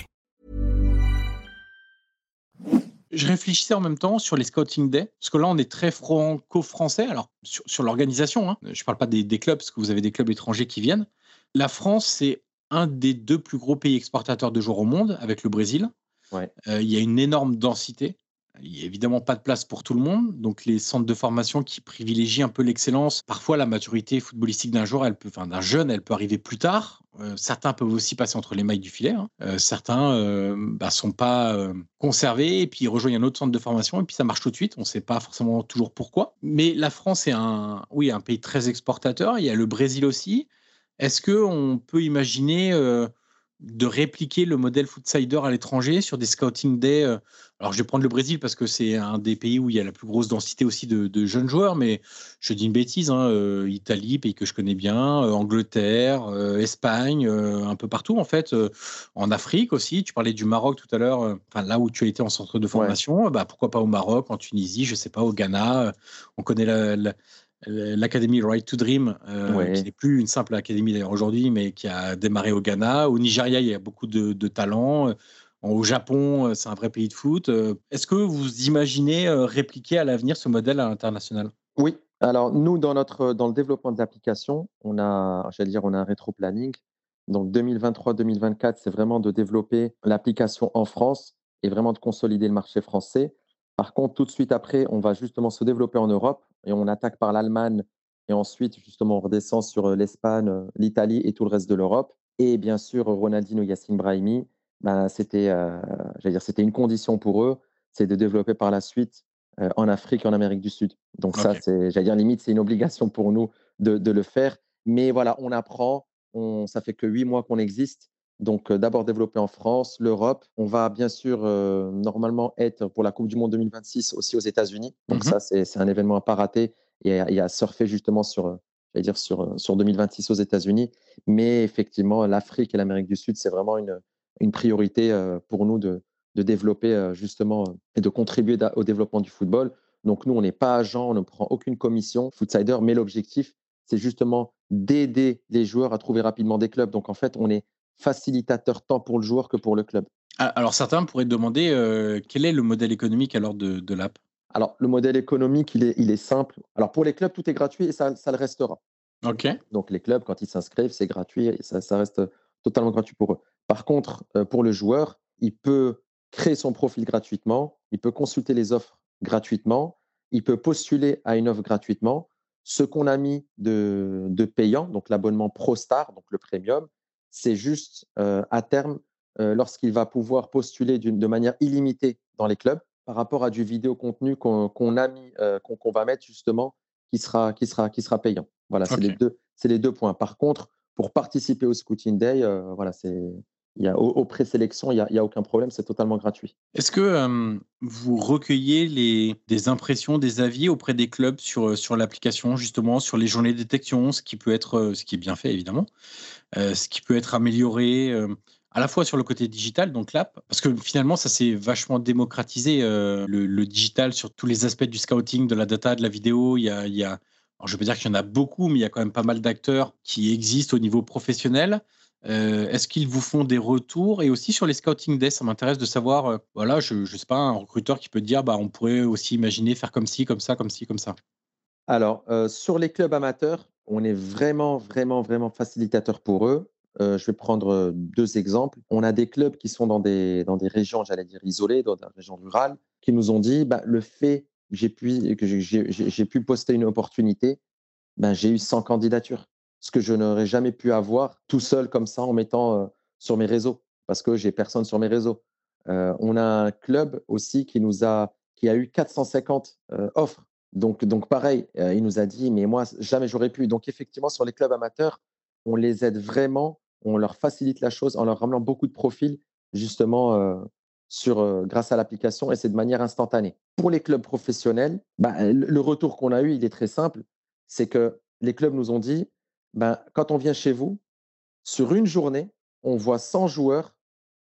Je réfléchissais en même temps sur les Scouting Day, parce que là, on est très franco-français. Alors, sur, sur l'organisation, hein, je ne parle pas des, des clubs, parce que vous avez des clubs étrangers qui viennent. La France, c'est un des deux plus gros pays exportateurs de joueurs au monde, avec le Brésil. Ouais. Euh, il y a une énorme densité. Il n'y a évidemment pas de place pour tout le monde. Donc, les centres de formation qui privilégient un peu l'excellence, parfois la maturité footballistique d'un joueur, elle peut, enfin, d'un jeune, elle peut arriver plus tard. Euh, certains peuvent aussi passer entre les mailles du filet. Hein. Euh, certains ne euh, bah, sont pas euh, conservés et puis ils rejoignent un autre centre de formation et puis ça marche tout de suite. On ne sait pas forcément toujours pourquoi. Mais la France est un, oui, un pays très exportateur. Il y a le Brésil aussi. Est-ce qu'on peut imaginer euh, de répliquer le modèle Footsider à l'étranger sur des Scouting Day euh, Alors, je vais prendre le Brésil parce que c'est un des pays où il y a la plus grosse densité aussi de, de jeunes joueurs, mais je dis une bêtise, hein, euh, Italie, pays que je connais bien, euh, Angleterre, euh, Espagne, euh, un peu partout en fait, euh, en Afrique aussi. Tu parlais du Maroc tout à l'heure, euh, enfin là où tu as été en centre de formation, ouais. Bah, pourquoi pas au Maroc, en Tunisie, je sais pas, au Ghana. Euh, on connaît la, la l'académie Right to Dream, euh, ouais. qui n'est plus une simple académie d'ailleurs aujourd'hui, mais qui a démarré au Ghana. Au Nigeria, il y a beaucoup de, de talents. Au Japon, c'est un vrai pays de foot. Est-ce que vous imaginez répliquer à l'avenir ce modèle à l'international ? Oui. Alors, nous, dans, notre, dans le développement de l'application, on a, j'allais dire, on a un rétro-planning. Donc, deux mille vingt-trois deux mille vingt-quatre, c'est vraiment de développer l'application en France et vraiment de consolider le marché français. Par contre, tout de suite après, on va justement se développer en Europe et on attaque par l'Allemagne et ensuite, justement, on redescend sur l'Espagne, l'Italie et tout le reste de l'Europe. Et bien sûr, Ronaldinho Yacine Brahimi, ben, c'était, euh, j'allais dire, c'était une condition pour eux, c'est de développer par la suite euh, en Afrique et en Amérique du Sud. Donc, okay. ça, c'est, j'allais dire, limite, c'est une obligation pour nous de, de le faire. Mais voilà, on apprend. On, ça fait que huit mois qu'on existe. Donc, euh, d'abord développer en France, l'Europe. On va bien sûr euh, normalement être pour la Coupe du Monde deux mille vingt-six aussi aux États-Unis. Donc, mm-hmm. ça, c'est, c'est un événement à pas rater et à, et à surfer justement sur, j'allais dire sur, sur deux mille vingt-six aux États-Unis. Mais effectivement, l'Afrique et l'Amérique du Sud, c'est vraiment une, une priorité euh, pour nous de, de développer euh, justement euh, et de contribuer da- au développement du football. Donc, nous, on n'est pas agent, on ne prend aucune commission Footsider, mais l'objectif, c'est justement d'aider les joueurs à trouver rapidement des clubs. Donc, en fait, on est facilitateur tant pour le joueur que pour le club. Alors, certains pourraient demander euh, quel est le modèle économique alors de, de l'app ? Alors, le modèle économique, il est, il est simple. Alors, pour les clubs, tout est gratuit et ça, ça le restera. OK. Donc, les clubs, quand ils s'inscrivent, c'est gratuit et ça, ça reste totalement gratuit pour eux. Par contre, euh, pour le joueur, il peut créer son profil gratuitement, il peut consulter les offres gratuitement, il peut postuler à une offre gratuitement. Ce qu'on a mis de, de payant, donc l'abonnement ProStar, donc le premium, c'est juste euh, à terme, euh, lorsqu'il va pouvoir postuler d'une, de manière illimitée dans les clubs, par rapport à du vidéo contenu qu'on, qu'on a mis, euh, qu'on, qu'on va mettre justement, qui sera, qui sera, qui sera payant. Voilà, c'est, okay. les deux, c'est les deux points. Par contre, pour participer au Scouting Day, euh, voilà, c'est, il y a, aux, aux présélections, il n'y a, il y a aucun problème, c'est totalement gratuit. Est-ce que euh, vous recueillez les, des impressions, des avis auprès des clubs sur, sur l'application, justement, sur les journées de détection, ce qui peut être, ce qui est bien fait évidemment, euh, ce qui peut être amélioré euh, à la fois sur le côté digital, donc l'app, parce que finalement, ça s'est vachement démocratisé, euh, le, le digital sur tous les aspects du scouting, de la data, de la vidéo. Il y a, il y a alors je ne veux pas dire qu'il y en a beaucoup, mais il y a quand même pas mal d'acteurs qui existent au niveau professionnel. Euh, est-ce qu'ils vous font des retours ? Et aussi sur les Scouting Days, ça m'intéresse de savoir, euh, voilà, je ne sais pas, un recruteur qui peut te dire, bah, on pourrait aussi imaginer faire comme ci, comme ça, comme ci, comme ça. Alors, euh, sur les clubs amateurs, on est vraiment, vraiment, vraiment facilitateur pour eux. Euh, je vais prendre euh, deux exemples. On a des clubs qui sont dans des, dans des régions, j'allais dire, isolées, dans des régions rurales, qui nous ont dit bah, le fait que j'ai pu, que j'ai, j'ai, j'ai pu poster une opportunité, ben, j'ai eu cent candidatures. Ce que je n'aurais jamais pu avoir tout seul comme ça en mettant euh, sur mes réseaux, parce que j'ai personne sur mes réseaux. Euh, on a un club aussi qui nous a, qui a eu quatre cent cinquante euh, offres. Donc, donc pareil, euh, il nous a dit, mais moi, jamais j'aurais pu. Donc, effectivement, sur les clubs amateurs, on les aide vraiment, on leur facilite la chose en leur ramenant beaucoup de profils, justement, euh, sur, euh, grâce à l'application, et c'est de manière instantanée. Pour les clubs professionnels, bah, le le retour qu'on a eu, il est très simple, c'est que les clubs nous ont dit, ben, quand on vient chez vous, sur une journée, on voit cent joueurs.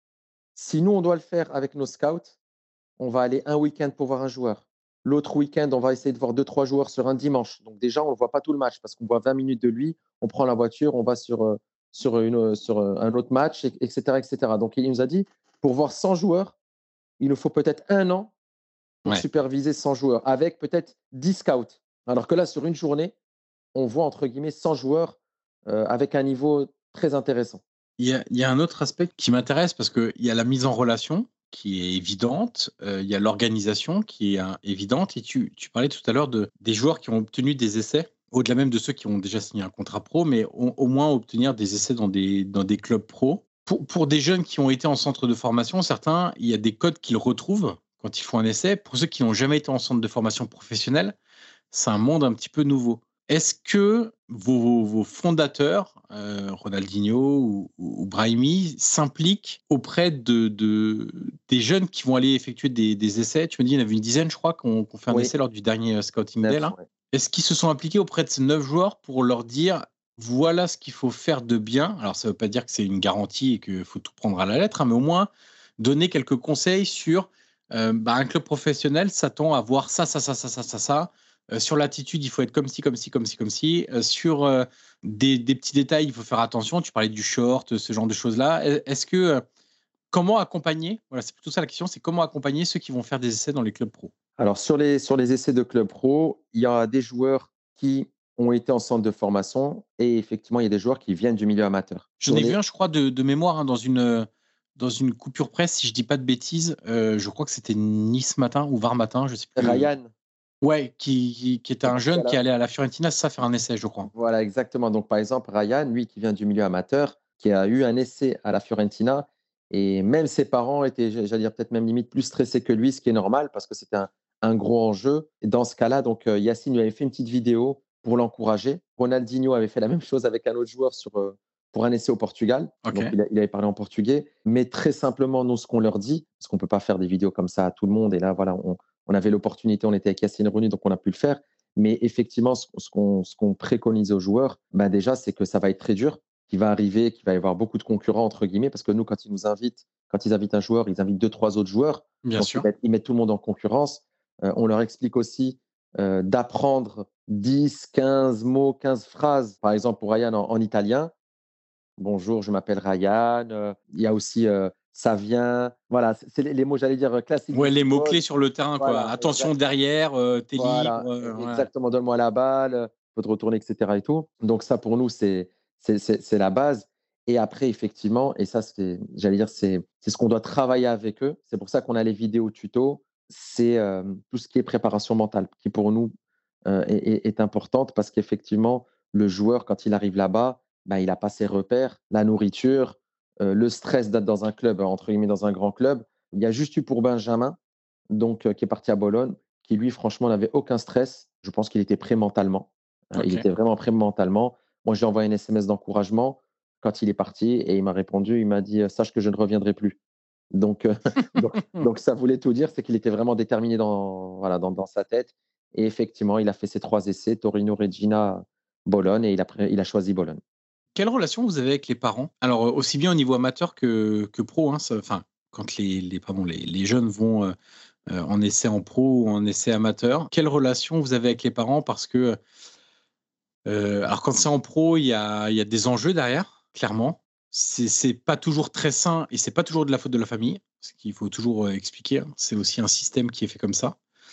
Si nous, on doit le faire avec nos scouts, on va aller un week-end pour voir un joueur. L'autre week-end, on va essayer de voir deux, trois joueurs sur un dimanche. Donc déjà, on ne voit pas tout le match parce qu'on voit vingt minutes de lui, on prend la voiture, on va sur, euh, sur, une, sur euh, un autre match, et cetera, et cetera. Donc il nous a dit, pour voir cent joueurs, il nous faut peut-être un an pour Ouais. superviser cent joueurs, avec peut-être dix scouts. Alors que là, sur une journée, on voit entre guillemets cent joueurs euh, avec un niveau très intéressant. Il y a, il y a un autre aspect qui m'intéresse parce qu'il y a la mise en relation qui est évidente, euh, il y a l'organisation qui est hein, évidente, et tu, tu parlais tout à l'heure de, des joueurs qui ont obtenu des essais, au-delà même de ceux qui ont déjà signé un contrat pro, mais ont, au moins obtenir des essais dans des, dans des clubs pro. Pour, pour des jeunes qui ont été en centre de formation, certains, il y a des codes qu'ils retrouvent quand ils font un essai. Pour ceux qui n'ont jamais été en centre de formation professionnelle, c'est un monde un petit peu nouveau. Est-ce que vos, vos fondateurs, euh, Ronaldinho ou, ou Brahimi, s'impliquent auprès de, de, des jeunes qui vont aller effectuer des, des essais? Tu me dis, il y en avait une dizaine, je crois, qui ont fait un Oui. essai lors du dernier Scouting Neuf, Day. Là. ouais. Est-ce qu'ils se sont impliqués auprès de ces neuf joueurs pour leur dire, voilà ce qu'il faut faire de bien? Alors, ça ne veut pas dire que c'est une garantie et qu'il faut tout prendre à la lettre, hein, mais au moins donner quelques conseils sur euh, bah, un club professionnel s'attend à voir ça, ça, ça, ça, ça, ça, ça. Euh, sur l'attitude, il faut être comme ci, comme ci, comme ci, comme ci. Euh, sur euh, des, des petits détails, il faut faire attention. Tu parlais du short, ce genre de choses-là. Est-ce que euh, comment accompagner? Voilà, c'est plutôt ça la question. C'est comment accompagner ceux qui vont faire des essais dans les clubs pro? Alors sur les, sur les essais de club pro, il y a des joueurs qui ont été en centre de formation et effectivement, il y a des joueurs qui viennent du milieu amateur. J'en ai les... vu un, je crois, de, de mémoire hein, dans une dans une coupure presse, si je dis pas de bêtises. Euh, je crois que c'était Nice Matin ou Var Matin, je sais plus. Ryan. Ouais, qui, qui, qui était un jeune qui allait à la Fiorentina, c'est ça, faire un essai, je crois. Voilà, exactement. Donc, par exemple, Ryan, lui, qui vient du milieu amateur, qui a eu un essai à la Fiorentina, et même ses parents étaient, j'allais dire, peut-être même limite plus stressés que lui, ce qui est normal parce que c'était un, un gros enjeu. Et dans ce cas-là, donc, euh, Yacine lui avait fait une petite vidéo pour l'encourager. Ronaldinho avait fait la même chose avec un autre joueur sur, euh, pour un essai au Portugal. Okay. Donc, il, a, il avait parlé en portugais. Mais très simplement, nous, ce qu'on leur dit, parce qu'on ne peut pas faire des vidéos comme ça à tout le monde, et là, voilà, on, on avait l'opportunité, on était avec Yacine Rooney, donc on a pu le faire. Mais effectivement, ce, ce qu'on ce qu'on préconise aux joueurs, bah déjà, c'est que ça va être très dur, qu'il va arriver, qu'il va y avoir beaucoup de concurrents, entre guillemets, parce que nous, quand ils nous invitent, quand ils invitent un joueur, ils invitent deux, trois autres joueurs. Bien donc sûr. Ils mettent, ils mettent tout le monde en concurrence. Euh, on leur explique aussi euh, d'apprendre dix, quinze mots, quinze phrases, par exemple pour Ryan en, en italien. Bonjour, je m'appelle Ryan. Euh, il y a aussi euh, ça vient. Voilà, c'est les, les mots, j'allais dire, classiques. Ouais, les mots-clés sur le terrain, voilà, quoi. Attention exactement. derrière, euh, t'es voilà, libre. Euh, exactement, ouais. Donne-moi la balle, faut te retourner, et cetera. Et tout. Donc, ça, pour nous, c'est, c'est, c'est, c'est la base. Et après, effectivement, et ça, c'est, j'allais dire, c'est, c'est ce qu'on doit travailler avec eux. C'est pour ça qu'on a les vidéos tutos. C'est euh, tout ce qui est préparation mentale, qui pour nous euh, est, est, est importante parce qu'effectivement, le joueur, quand il arrive là-bas, ben, il n'a pas ses repères, la nourriture, euh, le stress d'être dans un club, entre guillemets, dans un grand club. Il y a juste eu pour Benjamin, donc, euh, qui est parti à Bologne, qui lui, franchement, n'avait aucun stress. Je pense qu'il était prêt mentalement. Euh, okay. Il était vraiment prêt mentalement. Moi, je lui ai envoyé un S M S d'encouragement quand il est parti et il m'a répondu, il m'a dit « Sache que je ne reviendrai plus ». Donc, euh, donc, donc, ça voulait tout dire, c'est qu'il était vraiment déterminé dans, voilà, dans, dans sa tête. Et effectivement, il a fait ses trois essais, Torino, Regina, Bologne, et il a, il a choisi Bologne. Quelle relation vous avez avec les parents? Alors, aussi bien au niveau amateur que, que pro, hein, ça, enfin, quand les, les, pardon, les, les jeunes vont euh, euh, en essai en pro ou en essai amateur, quelle relation vous avez avec les parents? Parce que, euh, alors quand c'est en pro, il y a, y a des enjeux derrière, clairement. C'est, c'est pas toujours très sain et c'est pas toujours de la faute de la famille, ce qu'il faut toujours euh, expliquer. Hein. C'est aussi un système qui est fait comme ça.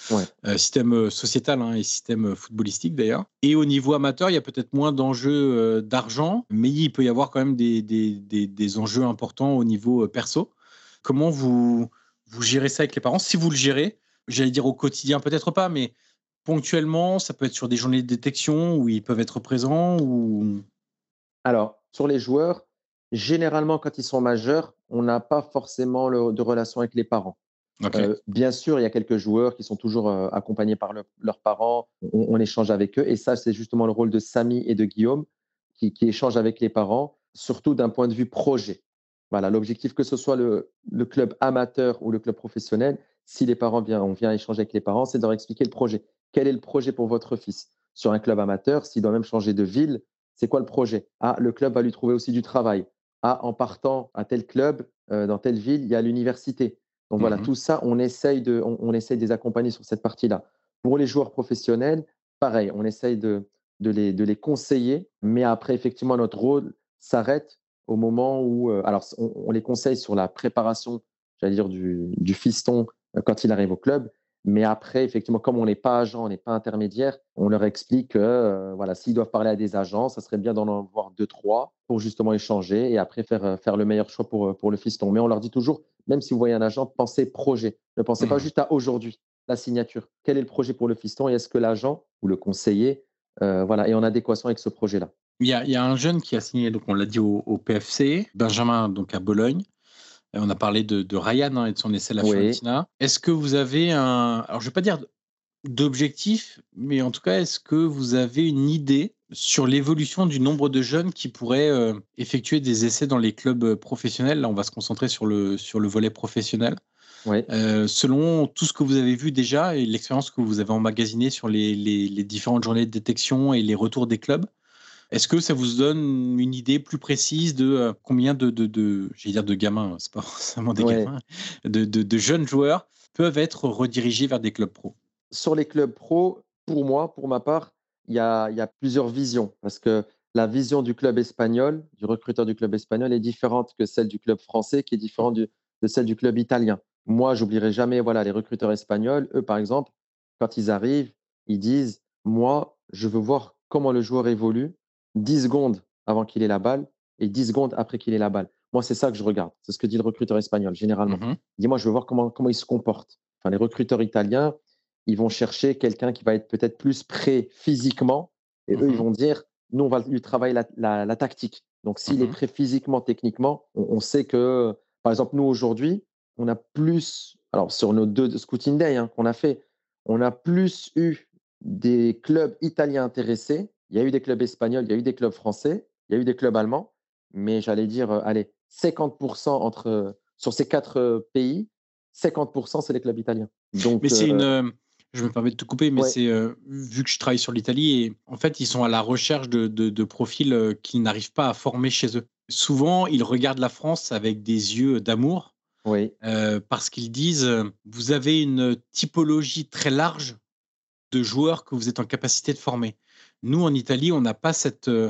Ouais. euh, système euh, sociétal hein, et système euh, footballistique d'ailleurs. Et au niveau amateur, il y a peut-être moins d'enjeux euh, d'argent, mais il peut y avoir quand même des, des, des, des enjeux importants au niveau euh, perso. Comment vous, vous gérez ça avec les parents? Si vous le gérez, j'allais dire au quotidien, peut-être pas, mais ponctuellement, ça peut être sur des journées de détection où ils peuvent être présents ou... Alors, sur les joueurs, généralement, quand ils sont majeurs, on n'a pas forcément le- de relation avec les parents. Ok. Euh, bien sûr, il y a quelques joueurs qui sont toujours euh, accompagnés par le- leurs parents. On, on échange avec eux. Et ça, c'est justement le rôle de Samy et de Guillaume qui, qui échangent avec les parents, surtout d'un point de vue projet. Voilà, l'objectif, que ce soit le, le club amateur ou le club professionnel, si les parents viennent, on vient échanger avec les parents, c'est de leur expliquer le projet. Quel est le projet pour votre fils? Sur un club amateur, s'il doit même changer de ville, c'est quoi le projet? Ah, le club va lui trouver aussi du travail. Ah, en partant à tel club, euh, dans telle ville, il y a l'université. Donc voilà, Mhm. tout ça, on essaye de, on, on essaye de les accompagner sur cette partie-là. Pour les joueurs professionnels, pareil, on essaye de, de, les, de les conseiller, mais après, effectivement, notre rôle s'arrête au moment où, euh, alors, on, on les conseille sur la préparation, j'allais dire, du, du fiston euh, quand il arrive au club. Mais après, effectivement, comme on n'est pas agent, on n'est pas intermédiaire, on leur explique que euh, voilà, s'ils doivent parler à des agents, ça serait bien d'en avoir deux, trois pour justement échanger et après faire, euh, faire le meilleur choix pour, euh, pour le fiston. Mais on leur dit toujours, même si vous voyez un agent, pensez projet. Ne pensez pas Mhm. juste à aujourd'hui, la signature. Quel est le projet pour le fiston et est-ce que l'agent ou le conseiller euh, voilà, est en adéquation avec ce projet-là? Il y a, il y a un jeune qui a signé, donc on l'a dit au, au P F C, Benjamin, donc à Bologne. Et on a parlé de, de Ryan hein, et de son essai à la Oui. Fiorentina. Est-ce que vous avez un, alors je vais pas dire d'objectif, mais en tout cas, est-ce que vous avez une idée sur l'évolution du nombre de jeunes qui pourraient euh, effectuer des essais dans les clubs professionnels? Là, on va se concentrer sur le, sur le volet professionnel. Oui. Euh, selon tout ce que vous avez vu déjà et l'expérience que vous avez emmagasinée sur les, les, les différentes journées de détection et les retours des clubs, est-ce que ça vous donne une idée plus précise de euh, combien de, de, de j'allais dire de gamins, c'est pas forcément des Ouais. gamins, de, de, de jeunes joueurs peuvent être redirigés vers des clubs pro? Sur les clubs pro, pour moi, pour ma part, il y a, il y a plusieurs visions parce que la vision du club espagnol, du recruteur du club espagnol, est différente que celle du club français, qui est différente du- de celle du club italien. Moi, j'oublierai jamais voilà, les recruteurs espagnols. Eux, par exemple, quand ils arrivent, ils disent, moi, je veux voir comment le joueur évolue dix secondes avant qu'il ait la balle et dix secondes après qu'il ait la balle. Moi, c'est ça que je regarde. C'est ce que dit le recruteur espagnol, généralement. Mhm. Il dit, moi, je veux voir comment, comment il se comporte. Enfin, les recruteurs italiens, ils vont chercher quelqu'un qui va être peut-être plus prêt physiquement. Et eux, ils Mhm. vont dire, nous, on va lui travailler la, la, la tactique. Donc, s'il est Mhm. prêt physiquement, techniquement, on, on sait que, par exemple, nous, aujourd'hui, on a plus, alors sur nos deux Scouting Day hein, qu'on a fait, on a plus eu des clubs italiens intéressés. Il y a eu des clubs espagnols, il y a eu des clubs français, il y a eu des clubs allemands. Mais j'allais dire, euh, allez, cinquante pour cent entre, sur ces quatre euh, pays, cinquante pour cent, c'est les clubs italiens. Mais Donc, c'est une. euh, euh, je me permets de te couper, mais ouais, c'est euh, vu que je travaille sur l'Italie et en fait ils sont à la recherche de, de, de profils euh, qu'ils n'arrivent pas à former chez eux. Souvent, ils regardent la France avec des yeux d'amour oui, euh, parce qu'ils disent euh, vous avez une typologie très large de joueurs que vous êtes en capacité de former. Nous, en Italie, on n'a pas cette, euh,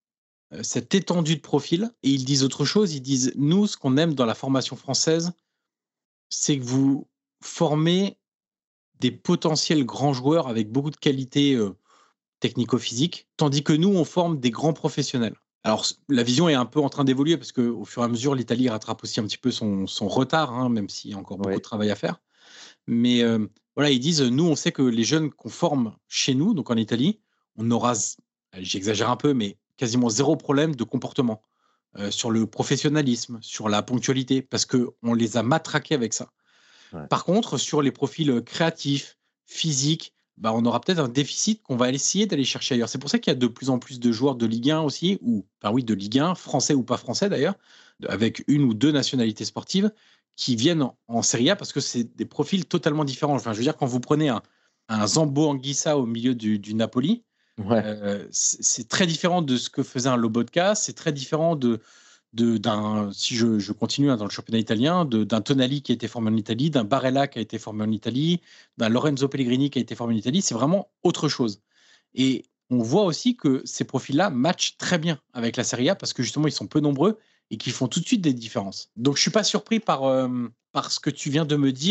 cette étendue de profil. Et ils disent autre chose. Ils disent, nous, ce qu'on aime dans la formation française, c'est que vous formez des potentiels grands joueurs avec beaucoup de qualités euh, technico-physiques, tandis que nous, on forme des grands professionnels. Alors, la vision est un peu en train d'évoluer parce qu'au fur et à mesure, l'Italie rattrape aussi un petit peu son, son retard, hein, même s'il y a encore beaucoup oui, de travail à faire. Mais euh, voilà, ils disent, nous, on sait que les jeunes qu'on forme chez nous, donc en Italie, on aura, j'exagère un peu, mais quasiment zéro problème de comportement euh, sur le professionnalisme, sur la ponctualité, parce qu'on les a matraqués avec ça. ouais, Par contre, sur les profils créatifs, physiques, bah, on aura peut-être un déficit qu'on va essayer d'aller chercher ailleurs. C'est pour ça qu'il y a de plus en plus de joueurs de Ligue un aussi, ou enfin oui, de Ligue un, français ou pas français d'ailleurs, avec une ou deux nationalités sportives, qui viennent en, en Serie A parce que c'est des profils totalement différents. Enfin, je veux dire, quand vous prenez un, un Zambo Anguissa au milieu du, du Napoli, ouais, euh, c'est c'est très différent de ce que faisait un Lobotka, c'est très différent de, de, d'un, si je, je continue hein, dans le championnat italien, de, d'un Tonali qui a été formé en Italie, d'un Barella qui a été formé en Italie, d'un Lorenzo Pellegrini qui a été formé en Italie. C'est vraiment autre chose. Et on voit aussi que ces profils-là matchent très bien avec la Serie A parce que justement, ils sont peu nombreux et qu'ils font tout de suite des différences. Donc, je ne suis pas surpris par, euh, par ce que tu viens de me dire,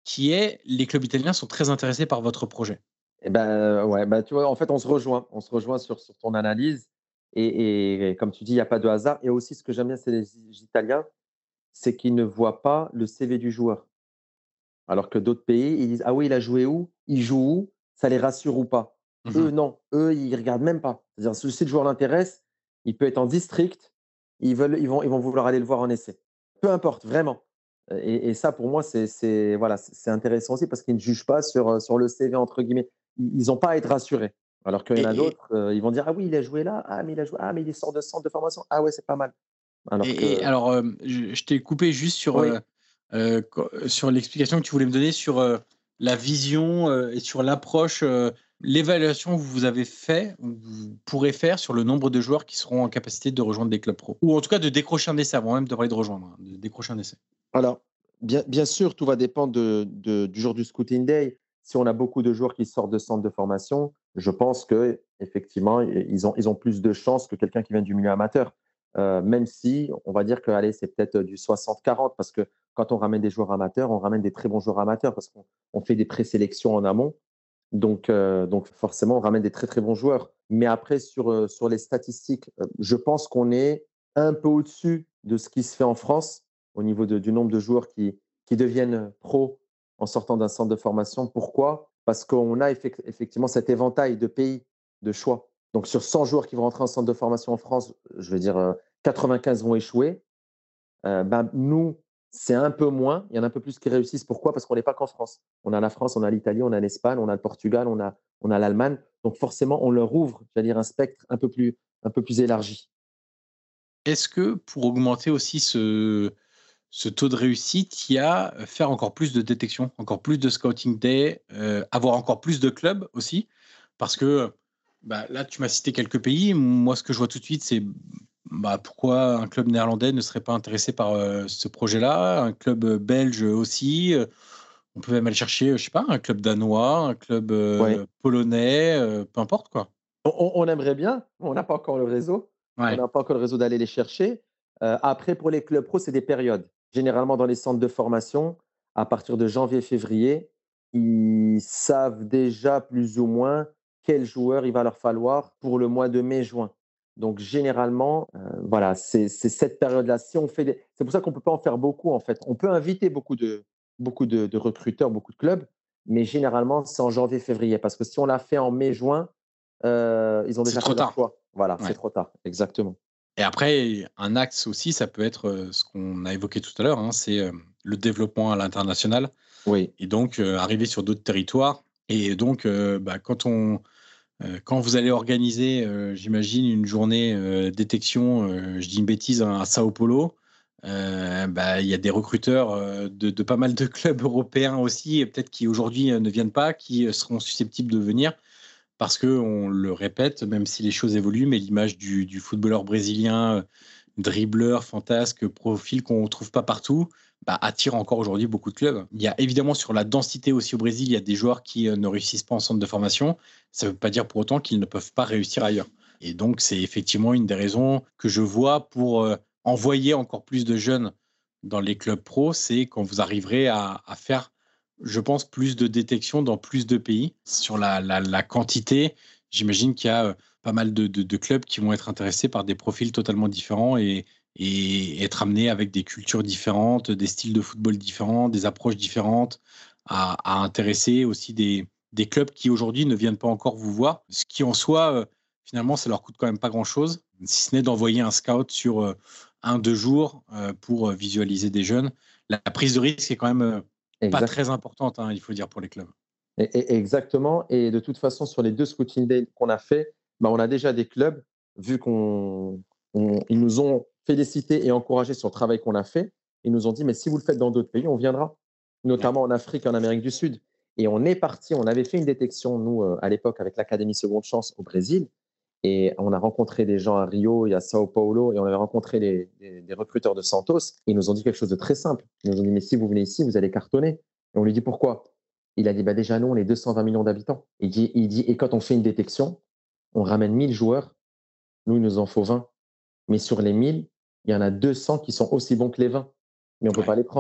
qui est les clubs italiens sont très intéressés par votre projet. Et ben, ouais, bah, tu vois, en fait, on se rejoint. On se rejoint sur, sur ton analyse. Et, et- et comme tu dis, il n'y a pas de hasard. Et aussi, ce que j'aime bien, c'est les Italiens, c'est qu'ils ne voient pas le C V du joueur. Alors que d'autres pays, ils disent: «Ah oui, il a joué où? Il joue où? Ça les rassure ou pas?» Eux, Mhm. non. Eux, ils regardent même pas. C'est-à-dire, si si le joueur l'intéresse, il peut être en district, ils veulent ils vont ils vont vouloir aller le voir en essai. Peu importe, vraiment. Et et ça, pour moi, c'est c'est voilà, c'est c'est intéressant aussi parce qu'ils ne jugent pas sur, heu, sur le C V entre guillemets. Ils ils ont pas à être rassurés. Alors qu'il y en a Et, et, d'autres, heu, ils vont dire: «Ah oui, il a joué là. Ah mais il a joué. Ah mais il sort de centre de formation. Ah ouais, c'est pas mal». Alors et, et que alors, euh, je, je t'ai coupé juste sur, oui. euh, euh, co- sur l'explication que tu voulais me donner sur euh, la vision euh, et sur l'approche, euh, l'évaluation que vous avez fait, ou vous pourrez faire sur le nombre de joueurs qui seront en capacité de rejoindre des clubs pro. Ou en tout cas de décrocher un essai, avant même de parler de rejoindre, hein, de décrocher un essai. Alors, bien, bien sûr, tout va dépendre de, de- du jour du Scouting Day. Si on a beaucoup de joueurs qui sortent de centres de formation, je pense que effectivement, ils ont, ils ont plus de chances que quelqu'un qui vient du milieu amateur. Euh, même si, on va dire que allez, c'est peut-être du soixante quarante, parce que quand on ramène des joueurs amateurs, on ramène des très bons joueurs amateurs, parce qu'on on fait des présélections en amont. Donc, euh, donc forcément, on ramène des très très bons joueurs. Mais après, sur, euh, sur les statistiques, euh, je pense qu'on est un peu au-dessus de ce qui se fait en France au niveau de- du nombre de joueurs qui, qui deviennent pros en sortant d'un centre de formation. Pourquoi? Parce qu'on a effect- effectivement cet éventail de pays de choix. Donc sur cent joueurs qui vont rentrer en centre de formation en France, je veux dire, euh, quatre-vingt-quinze vont échouer. Euh, ben, nous, c'est un peu moins. Il y en a un peu plus qui réussissent. Pourquoi? Parce qu'on n'est pas qu'en France. On a la France, on a l'Italie, on a l'Espagne, on a le Portugal, on a, on a l'Allemagne. Donc forcément, on leur ouvre, j'allais dire, un spectre un peu plus, un peu plus élargi. Est-ce que pour augmenter aussi ce, ce taux de réussite, il y a euh, faire encore plus de détection, encore plus de scouting day, euh, avoir encore plus de clubs aussi? Parce que bah, là, tu m'as cité quelques pays. Moi, ce que je vois tout de suite, c'est bah, pourquoi un club néerlandais ne serait pas intéressé par euh, ce projet-là, un club euh, belge aussi. euh, On peut même aller chercher, je sais pas, un club danois, un club Ouais. euh, polonais, euh, peu importe quoi. On, on- on aimerait bien, on n'a pas encore le réseau. On Ouais. n'a pas encore le réseau d'aller les chercher. Euh, après, pour les clubs pro, c'est des périodes. Généralement, dans les centres de formation, à partir de janvier-février, ils savent déjà plus ou moins quel joueur il va leur falloir pour le mois de mai-juin. Donc, généralement, euh, voilà, c'est c'est cette période-là. Si on fait des... C'est pour ça qu'on ne peut pas en faire beaucoup, en fait. On peut inviter beaucoup de, beaucoup de, de recruteurs, beaucoup de clubs, mais généralement, c'est en janvier-février. Parce que si on l'a fait en mai-juin, euh, ils ont C'est déjà trop fait leur tard. choix. Voilà, c'est Ouais. trop tard. Exactement. Et après, un axe aussi, ça peut être euh, ce qu'on a évoqué tout à l'heure, hein, c'est euh, le développement à l'international Oui, et donc euh, arriver sur d'autres territoires. Et donc, euh, bah, quand, on, euh, quand vous allez organiser, euh, j'imagine, une journée euh, détection, euh, je dis une bêtise, hein, à Sao Paulo, euh, bah, il y a des recruteurs euh, de, de pas mal de clubs européens aussi, et peut-être qui aujourd'hui euh, ne viennent pas, qui euh, seront susceptibles de venir parce que on le répète, même si les choses évoluent, mais l'image du, du footballeur brésilien, euh, dribbleur, fantasque, profil qu'on ne trouve pas partout, bah, attire encore aujourd'hui beaucoup de clubs. Il y a évidemment sur la densité aussi au Brésil, il y a des joueurs qui euh, ne réussissent pas en centre de formation. Ça ne veut pas dire pour autant qu'ils ne peuvent pas réussir ailleurs. Et donc, c'est effectivement une des raisons que je vois pour euh, envoyer encore plus de jeunes dans les clubs pro, c'est quand vous arriverez à, à faire, je pense, plus de détection dans plus de pays. Sur la, la, la quantité, j'imagine qu'il y a euh, pas mal de, de, de clubs qui vont être intéressés par des profils totalement différents et, et être amenés avec des cultures différentes, des styles de football différents, des approches différentes, à, à intéresser aussi des, des clubs qui aujourd'hui ne viennent pas encore vous voir, ce qui en soi, euh, finalement, ça leur coûte quand même pas grand-chose, si ce n'est d'envoyer un scout sur euh, un, deux jours euh, pour euh, visualiser des jeunes. La, la prise de risque est quand même euh, pas exact. très importante, hein, il faut dire, pour les clubs. Et, et- exactement. Et de toute façon, sur les deux scouting days qu'on a fait, bah, on a déjà des clubs, vu qu'on, on- ils nous ont félicité et encouragé sur le travail qu'on a fait. Ils nous ont dit, mais si vous le faites dans d'autres pays, on viendra, Ouais. notamment en Afrique et en Amérique du Sud. Et on est parti, on avait fait une détection, nous, euh, à l'époque, avec l'Académie Seconde Chance au Brésil. Et on a rencontré des gens à Rio et à Sao Paulo, et on avait rencontré les, les- les recruteurs de Santos. Et ils nous ont dit quelque chose de très simple. Ils nous ont dit, mais si vous venez ici, vous allez cartonner. Et on lui dit pourquoi? Il a dit, bah déjà, nous, on est deux cent vingt millions d'habitants. Il dit, il dit, et quand on fait une détection, on ramène mille joueurs. Nous, il nous en faut vingt. Mais sur les mille, il y en a deux cents qui sont aussi bons que les vingt. Mais on ne peut Ouais. pas les prendre.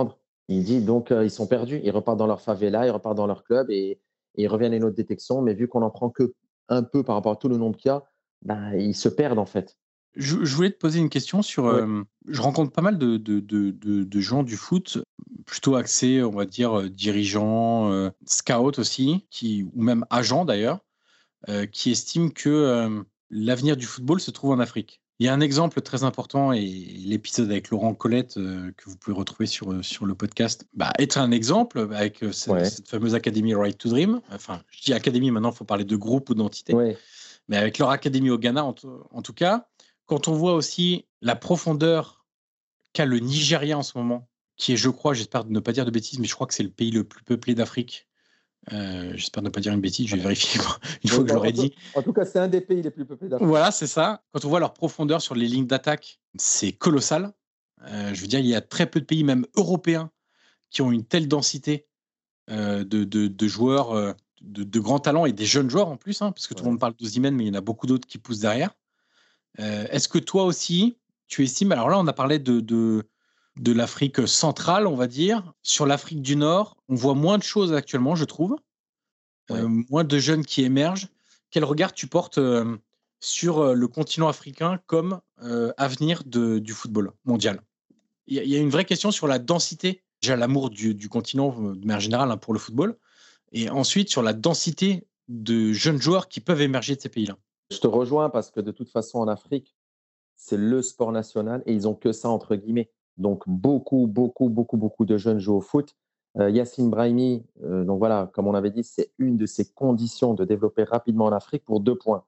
Il dit donc euh, ils sont perdus, ils repartent dans leur favela, ils repartent dans leur club et, et ils reviennent à une autre détection. Mais vu qu'on en prend que un peu par rapport à tout le nombre qu'il y a, bah, ils se perdent en fait. Je, je voulais te poser une question sur. Oui, euh, je rencontre pas mal de, de, de, de, de gens du foot, plutôt axés, on va dire, euh, dirigeants, euh, scouts aussi, qui, ou même agents d'ailleurs, euh, qui estiment que euh, l'avenir du football se trouve en Afrique. Il y a un exemple très important et l'épisode avec Laurent Colette euh, que vous pouvez retrouver sur, euh, sur le podcast bah, est un exemple avec euh, ce- ouais, cette fameuse académie Right to Dream. Enfin, je dis académie maintenant, il faut parler de groupe ou d'entité, ouais. mais avec leur académie au Ghana en, t- en tout cas. Quand on voit aussi la profondeur qu'a le Nigeria en ce moment, qui est, je crois, j'espère ne pas dire de bêtises, mais je crois que c'est le pays le plus peuplé d'Afrique. Euh, j'espère ne pas dire une bêtise, je vais vérifier une fois Oui, que je en, l'aurai en tout, dit. en tout cas, c'est un des pays les plus peuplés d'Afrique. Voilà, c'est ça. Quand on voit leur profondeur sur les lignes d'attaque, c'est colossal. Euh, je veux dire, il y a très peu de pays, même européens, qui ont une telle densité euh, de, de, de joueurs euh, de, de grands talents et des jeunes joueurs en plus, hein, parce que tout le Ouais. monde parle d'Osimhen, mais il y en a beaucoup d'autres qui poussent derrière. Euh, est-ce que toi aussi, tu estimes, alors là, on a parlé de, de, de l'Afrique centrale, on va dire. Sur l'Afrique du Nord, on voit moins de choses actuellement, je trouve. Euh, Ouais. moins de jeunes qui émergent. Quel regard tu portes euh, sur euh, le continent africain comme euh, avenir de, du football mondial? Il y, a- il y a une vraie question sur la densité, déjà l'amour du, du continent euh, de manière générale hein, pour le football, et ensuite sur la densité de jeunes joueurs qui peuvent émerger de ces pays-là. Je te rejoins parce que de toute façon, en Afrique, c'est le sport national et ils ont que ça entre guillemets. Donc beaucoup, beaucoup, beaucoup, beaucoup de jeunes jouent au foot. Euh, Yassine Brahimi, euh, donc voilà, comme on avait dit, c'est une de ces conditions de développer rapidement en Afrique pour deux points.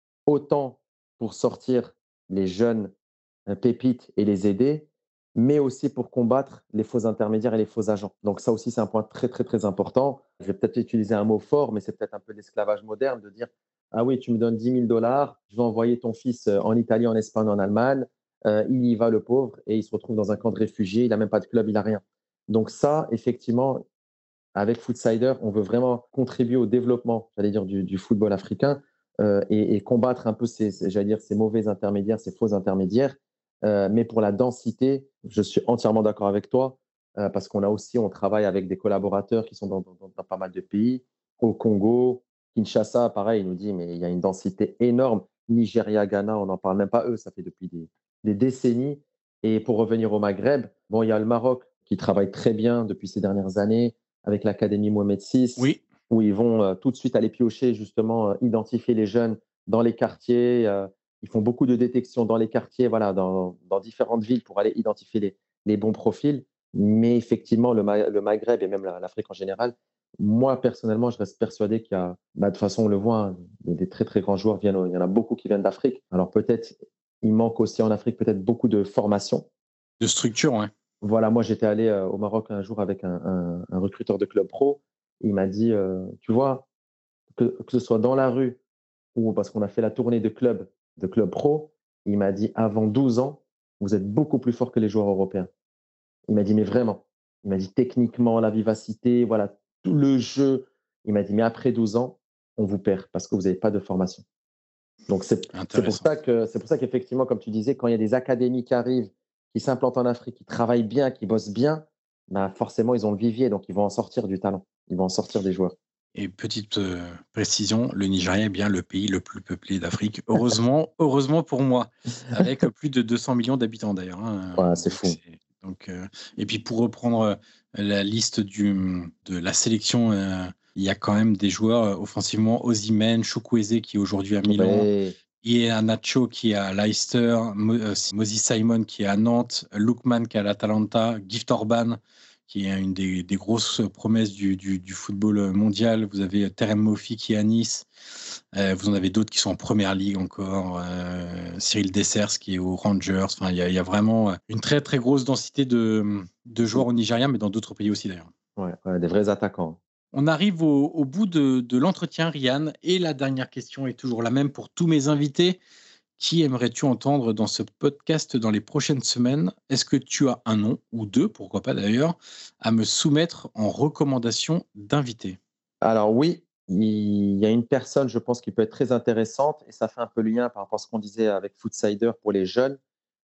Autant pour sortir les jeunes euh, pépites et les aider, mais aussi pour combattre les faux intermédiaires et les faux agents. Donc ça aussi, c'est un point très, très, très important. Je vais peut-être utiliser un mot fort, mais c'est peut-être un peu l'esclavage moderne de dire, ah oui, tu me donnes dix mille dollars, je vais envoyer ton fils euh, en Italie, en Espagne, en Allemagne, euh, il y va le pauvre et il se retrouve dans un camp de réfugiés, il n'a même pas de club, il n'a rien. Donc ça, effectivement, avec Foodsider, on veut vraiment contribuer au développement, j'allais dire, du, du football africain euh, et, et, combattre un peu ces, ces, j'allais dire, ces mauvais intermédiaires, ces faux intermédiaires. Euh, mais pour la densité, je suis entièrement d'accord avec toi euh, parce qu'on a aussi, on travaille avec des collaborateurs qui sont dans, dans, dans pas mal de pays. Au Congo, Kinshasa, pareil, il nous dit, mais il y a une densité énorme. Nigeria, Ghana, on n'en parle même pas eux, ça fait depuis des, des décennies. Et pour revenir au Maghreb, bon, il y a le Maroc qui travaille très bien depuis ces dernières années avec l'Académie Mohamed six, Oui, où ils vont euh, tout de suite aller piocher, justement, euh, identifier les jeunes dans les quartiers. Euh, ils font beaucoup de détection dans les quartiers, voilà, dans, dans différentes villes pour aller identifier les, les bons profils. Mais effectivement, le, Ma- le Maghreb et même la- l'Afrique en général, moi, personnellement, je reste persuadé qu'il y a, bah, de toute façon, on le voit, hein, des, des très, très grands joueurs viennent, il y en a beaucoup qui viennent d'Afrique. Alors peut-être, il manque aussi en Afrique peut-être beaucoup de formation. de structure, ouais. Voilà, moi, j'étais allé euh, au Maroc un jour avec un, un- un recruteur de club pro. Il m'a dit, euh, tu vois, que, que ce soit dans la rue ou parce qu'on a fait la tournée de club, de club pro, il m'a dit, avant douze ans, vous êtes beaucoup plus fort que les joueurs européens. Il m'a dit, mais vraiment. Il m'a dit, techniquement, la vivacité, voilà, tout le jeu. Il m'a dit, mais après douze ans, on vous perd parce que vous n'avez pas de formation. Donc, c'est c'est pour Intéressant. ça que c'est pour ça qu'effectivement, comme tu disais, quand il y a des académies qui arrivent, qui s'implantent en Afrique, qui travaillent bien, qui bossent bien, bah forcément, ils ont le vivier, donc ils vont en sortir du talent, ils vont en sortir des joueurs. Et petite euh, précision, le Nigeria est bien le pays le plus peuplé d'Afrique. Heureusement, heureusement pour moi, avec plus de deux cents millions d'habitants d'ailleurs. Hein. Ouais, c'est Donc, fou. c'est- donc, euh, et puis pour reprendre euh, la liste du, de la sélection, euh, il y a quand même des joueurs euh, offensivement, Osimhen, Chukwueze qui est aujourd'hui à Milan, Ouais, Iheanacho qui est à Leicester, Mo- euh, Moses Simon qui est à Nantes, Lookman qui est à l'Atalanta, Gift Orban qui est une des, des grosses promesses du, du, du football mondial. Vous avez Terem Moffi qui est à Nice. Euh, vous en avez d'autres qui sont en première ligue encore. Euh, Cyril Dessers qui est aux Rangers. Enfin, il y, a- il y a vraiment une très très grosse densité de, de joueurs au Nigeria, mais dans d'autres pays aussi d'ailleurs. ouais, ouais, des vrais attaquants. On arrive au, au bout de, de l'entretien, Ryan, et la dernière question est toujours la même pour tous mes invités. Qui aimerais-tu entendre dans ce podcast dans les prochaines semaines? Est-ce que tu as un nom, ou deux, pourquoi pas d'ailleurs, à me soumettre en recommandation d'invité? Alors oui, il y a une personne, je pense, qui peut être très intéressante et ça fait un peu le lien par rapport à ce qu'on disait avec Foodsider pour les jeunes.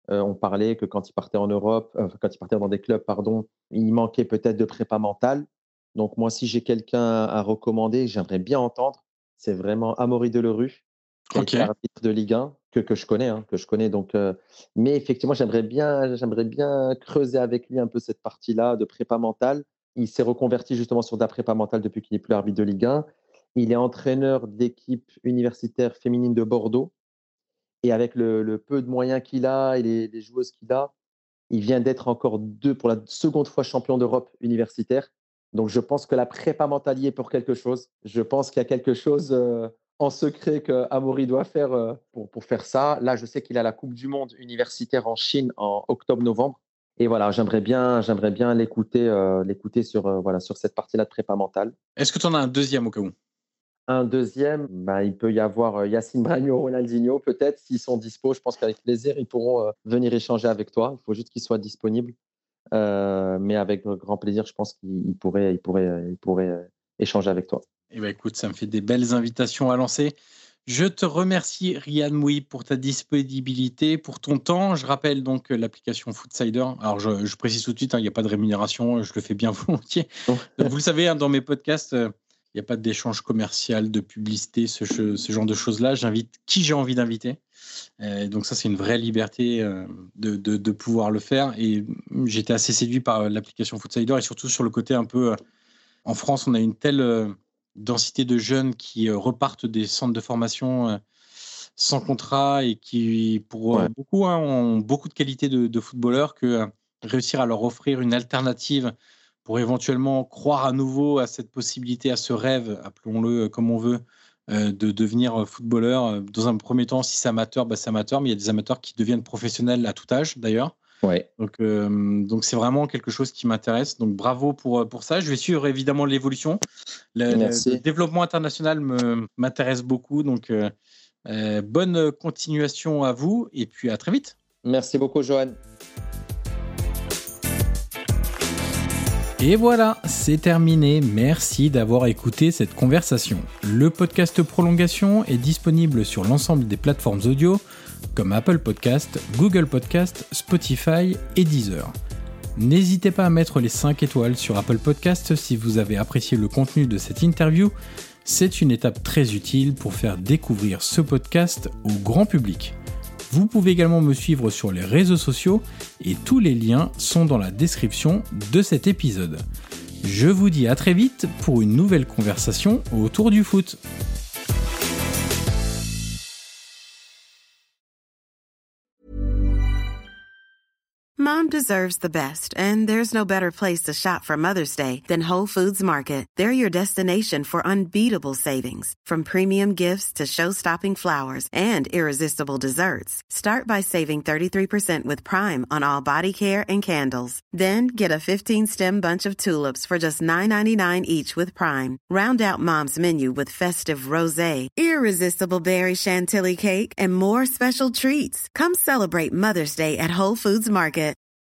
Euh, on parlait que quand il partait en Europe, euh, quand il partait dans des clubs, pardon, il manquait peut-être de prépa mentale. Donc moi, si j'ai quelqu'un à recommander, j'aimerais bien entendre, c'est vraiment Amaury Delerue, qui a Ok. été arbitre de Ligue un, que, que je connais, hein, que je connais. Donc, euh, mais effectivement, j'aimerais bien, j'aimerais bien creuser avec lui un peu cette partie-là de prépa mentale. Il s'est reconverti justement sur de la prépa mentale depuis qu'il n'est plus arbitre de Ligue un. Il est entraîneur d'équipe universitaire féminine de Bordeaux. Et avec le, le peu de moyens qu'il a et les, les joueuses qu'il a, il vient d'être encore deux pour la seconde fois champion d'Europe universitaire. Donc, je pense que la prépa mentale y est pour quelque chose. Je pense qu'il y a quelque chose euh, en secret qu'Amaury doit faire euh, pour, pour faire ça. Là, je sais qu'il a la Coupe du Monde universitaire en Chine en octobre-novembre. Et voilà, j'aimerais bien, j'aimerais bien l'écouter, euh, l'écouter sur, euh, voilà, sur cette partie-là de prépa mentale. Est-ce que tu en as un deuxième au cas où? Un deuxième, bah, il peut y avoir euh, Yacine Bragno, Ronaldinho, peut-être, s'ils sont dispo. Je pense qu'avec plaisir, ils pourront euh, venir échanger avec toi. Il faut juste qu'ils soient disponibles. Euh, mais avec grand plaisir, je pense qu'ils pourraient, ils pourraient, ils pourraient euh, échanger avec toi. Eh ben, écoute, ça me fait des belles invitations à lancer. Je te remercie, Ryan Mouy, pour ta disponibilité, pour ton temps. Je rappelle donc l'application Foodsider. Alors, je, je précise tout de suite, il hein, n'y a pas de rémunération, je le fais bien volontiers. Donc, vous le savez, hein, dans mes podcasts, il euh, n'y a pas d'échange commercial, de publicité, ce, ce genre de choses-là. J'invite qui j'ai envie d'inviter. Euh, donc ça, c'est une vraie liberté euh, de, de, de pouvoir le faire. Et j'étais assez séduit par l'application Foodsider et surtout sur le côté un peu... Euh, en France, on a une telle... Euh, densité de jeunes qui euh, repartent des centres de formation euh, sans contrat et qui, pour euh, Ouais. beaucoup, hein, ont beaucoup de qualités de, de footballeurs, que euh, réussir à leur offrir une alternative pour éventuellement croire à nouveau à cette possibilité, à ce rêve, appelons-le comme on veut, euh, de devenir footballeur. Dans un premier temps, si c'est amateur, bah, c'est amateur, mais il y a des amateurs qui deviennent professionnels à tout âge, d'ailleurs. Ouais. Donc, euh, donc c'est vraiment quelque chose qui m'intéresse. Donc bravo pour, pour ça. Je vais suivre évidemment l'évolution. Le, le développement international me, m'intéresse beaucoup. Donc euh, euh, bonne continuation à vous et puis à très vite. Merci beaucoup, Johan. Et voilà, c'est terminé. Merci d'avoir écouté cette conversation. Le podcast Prolongation est disponible sur l'ensemble des plateformes audio comme Apple Podcast, Google Podcast, Spotify et Deezer. N'hésitez pas à mettre les cinq étoiles sur Apple Podcast si vous avez apprécié le contenu de cette interview. C'est une étape très utile pour faire découvrir ce podcast au grand public. Vous pouvez également me suivre sur les réseaux sociaux et tous les liens sont dans la description de cet épisode. Je vous dis à très vite pour une nouvelle conversation autour du foot. Mom deserves the best, and there's no better place to shop for Mother's Day than Whole Foods Market. They're your destination for unbeatable savings, from premium gifts to show-stopping flowers and irresistible desserts. Start by saving thirty-three percent with Prime on all body care and candles. Then get a fifteen-stem bunch of tulips for just nine ninety-nine each with Prime. Round out Mom's menu with festive rosé, irresistible berry chantilly cake, and more special treats. Come celebrate Mother's Day at Whole Foods Market.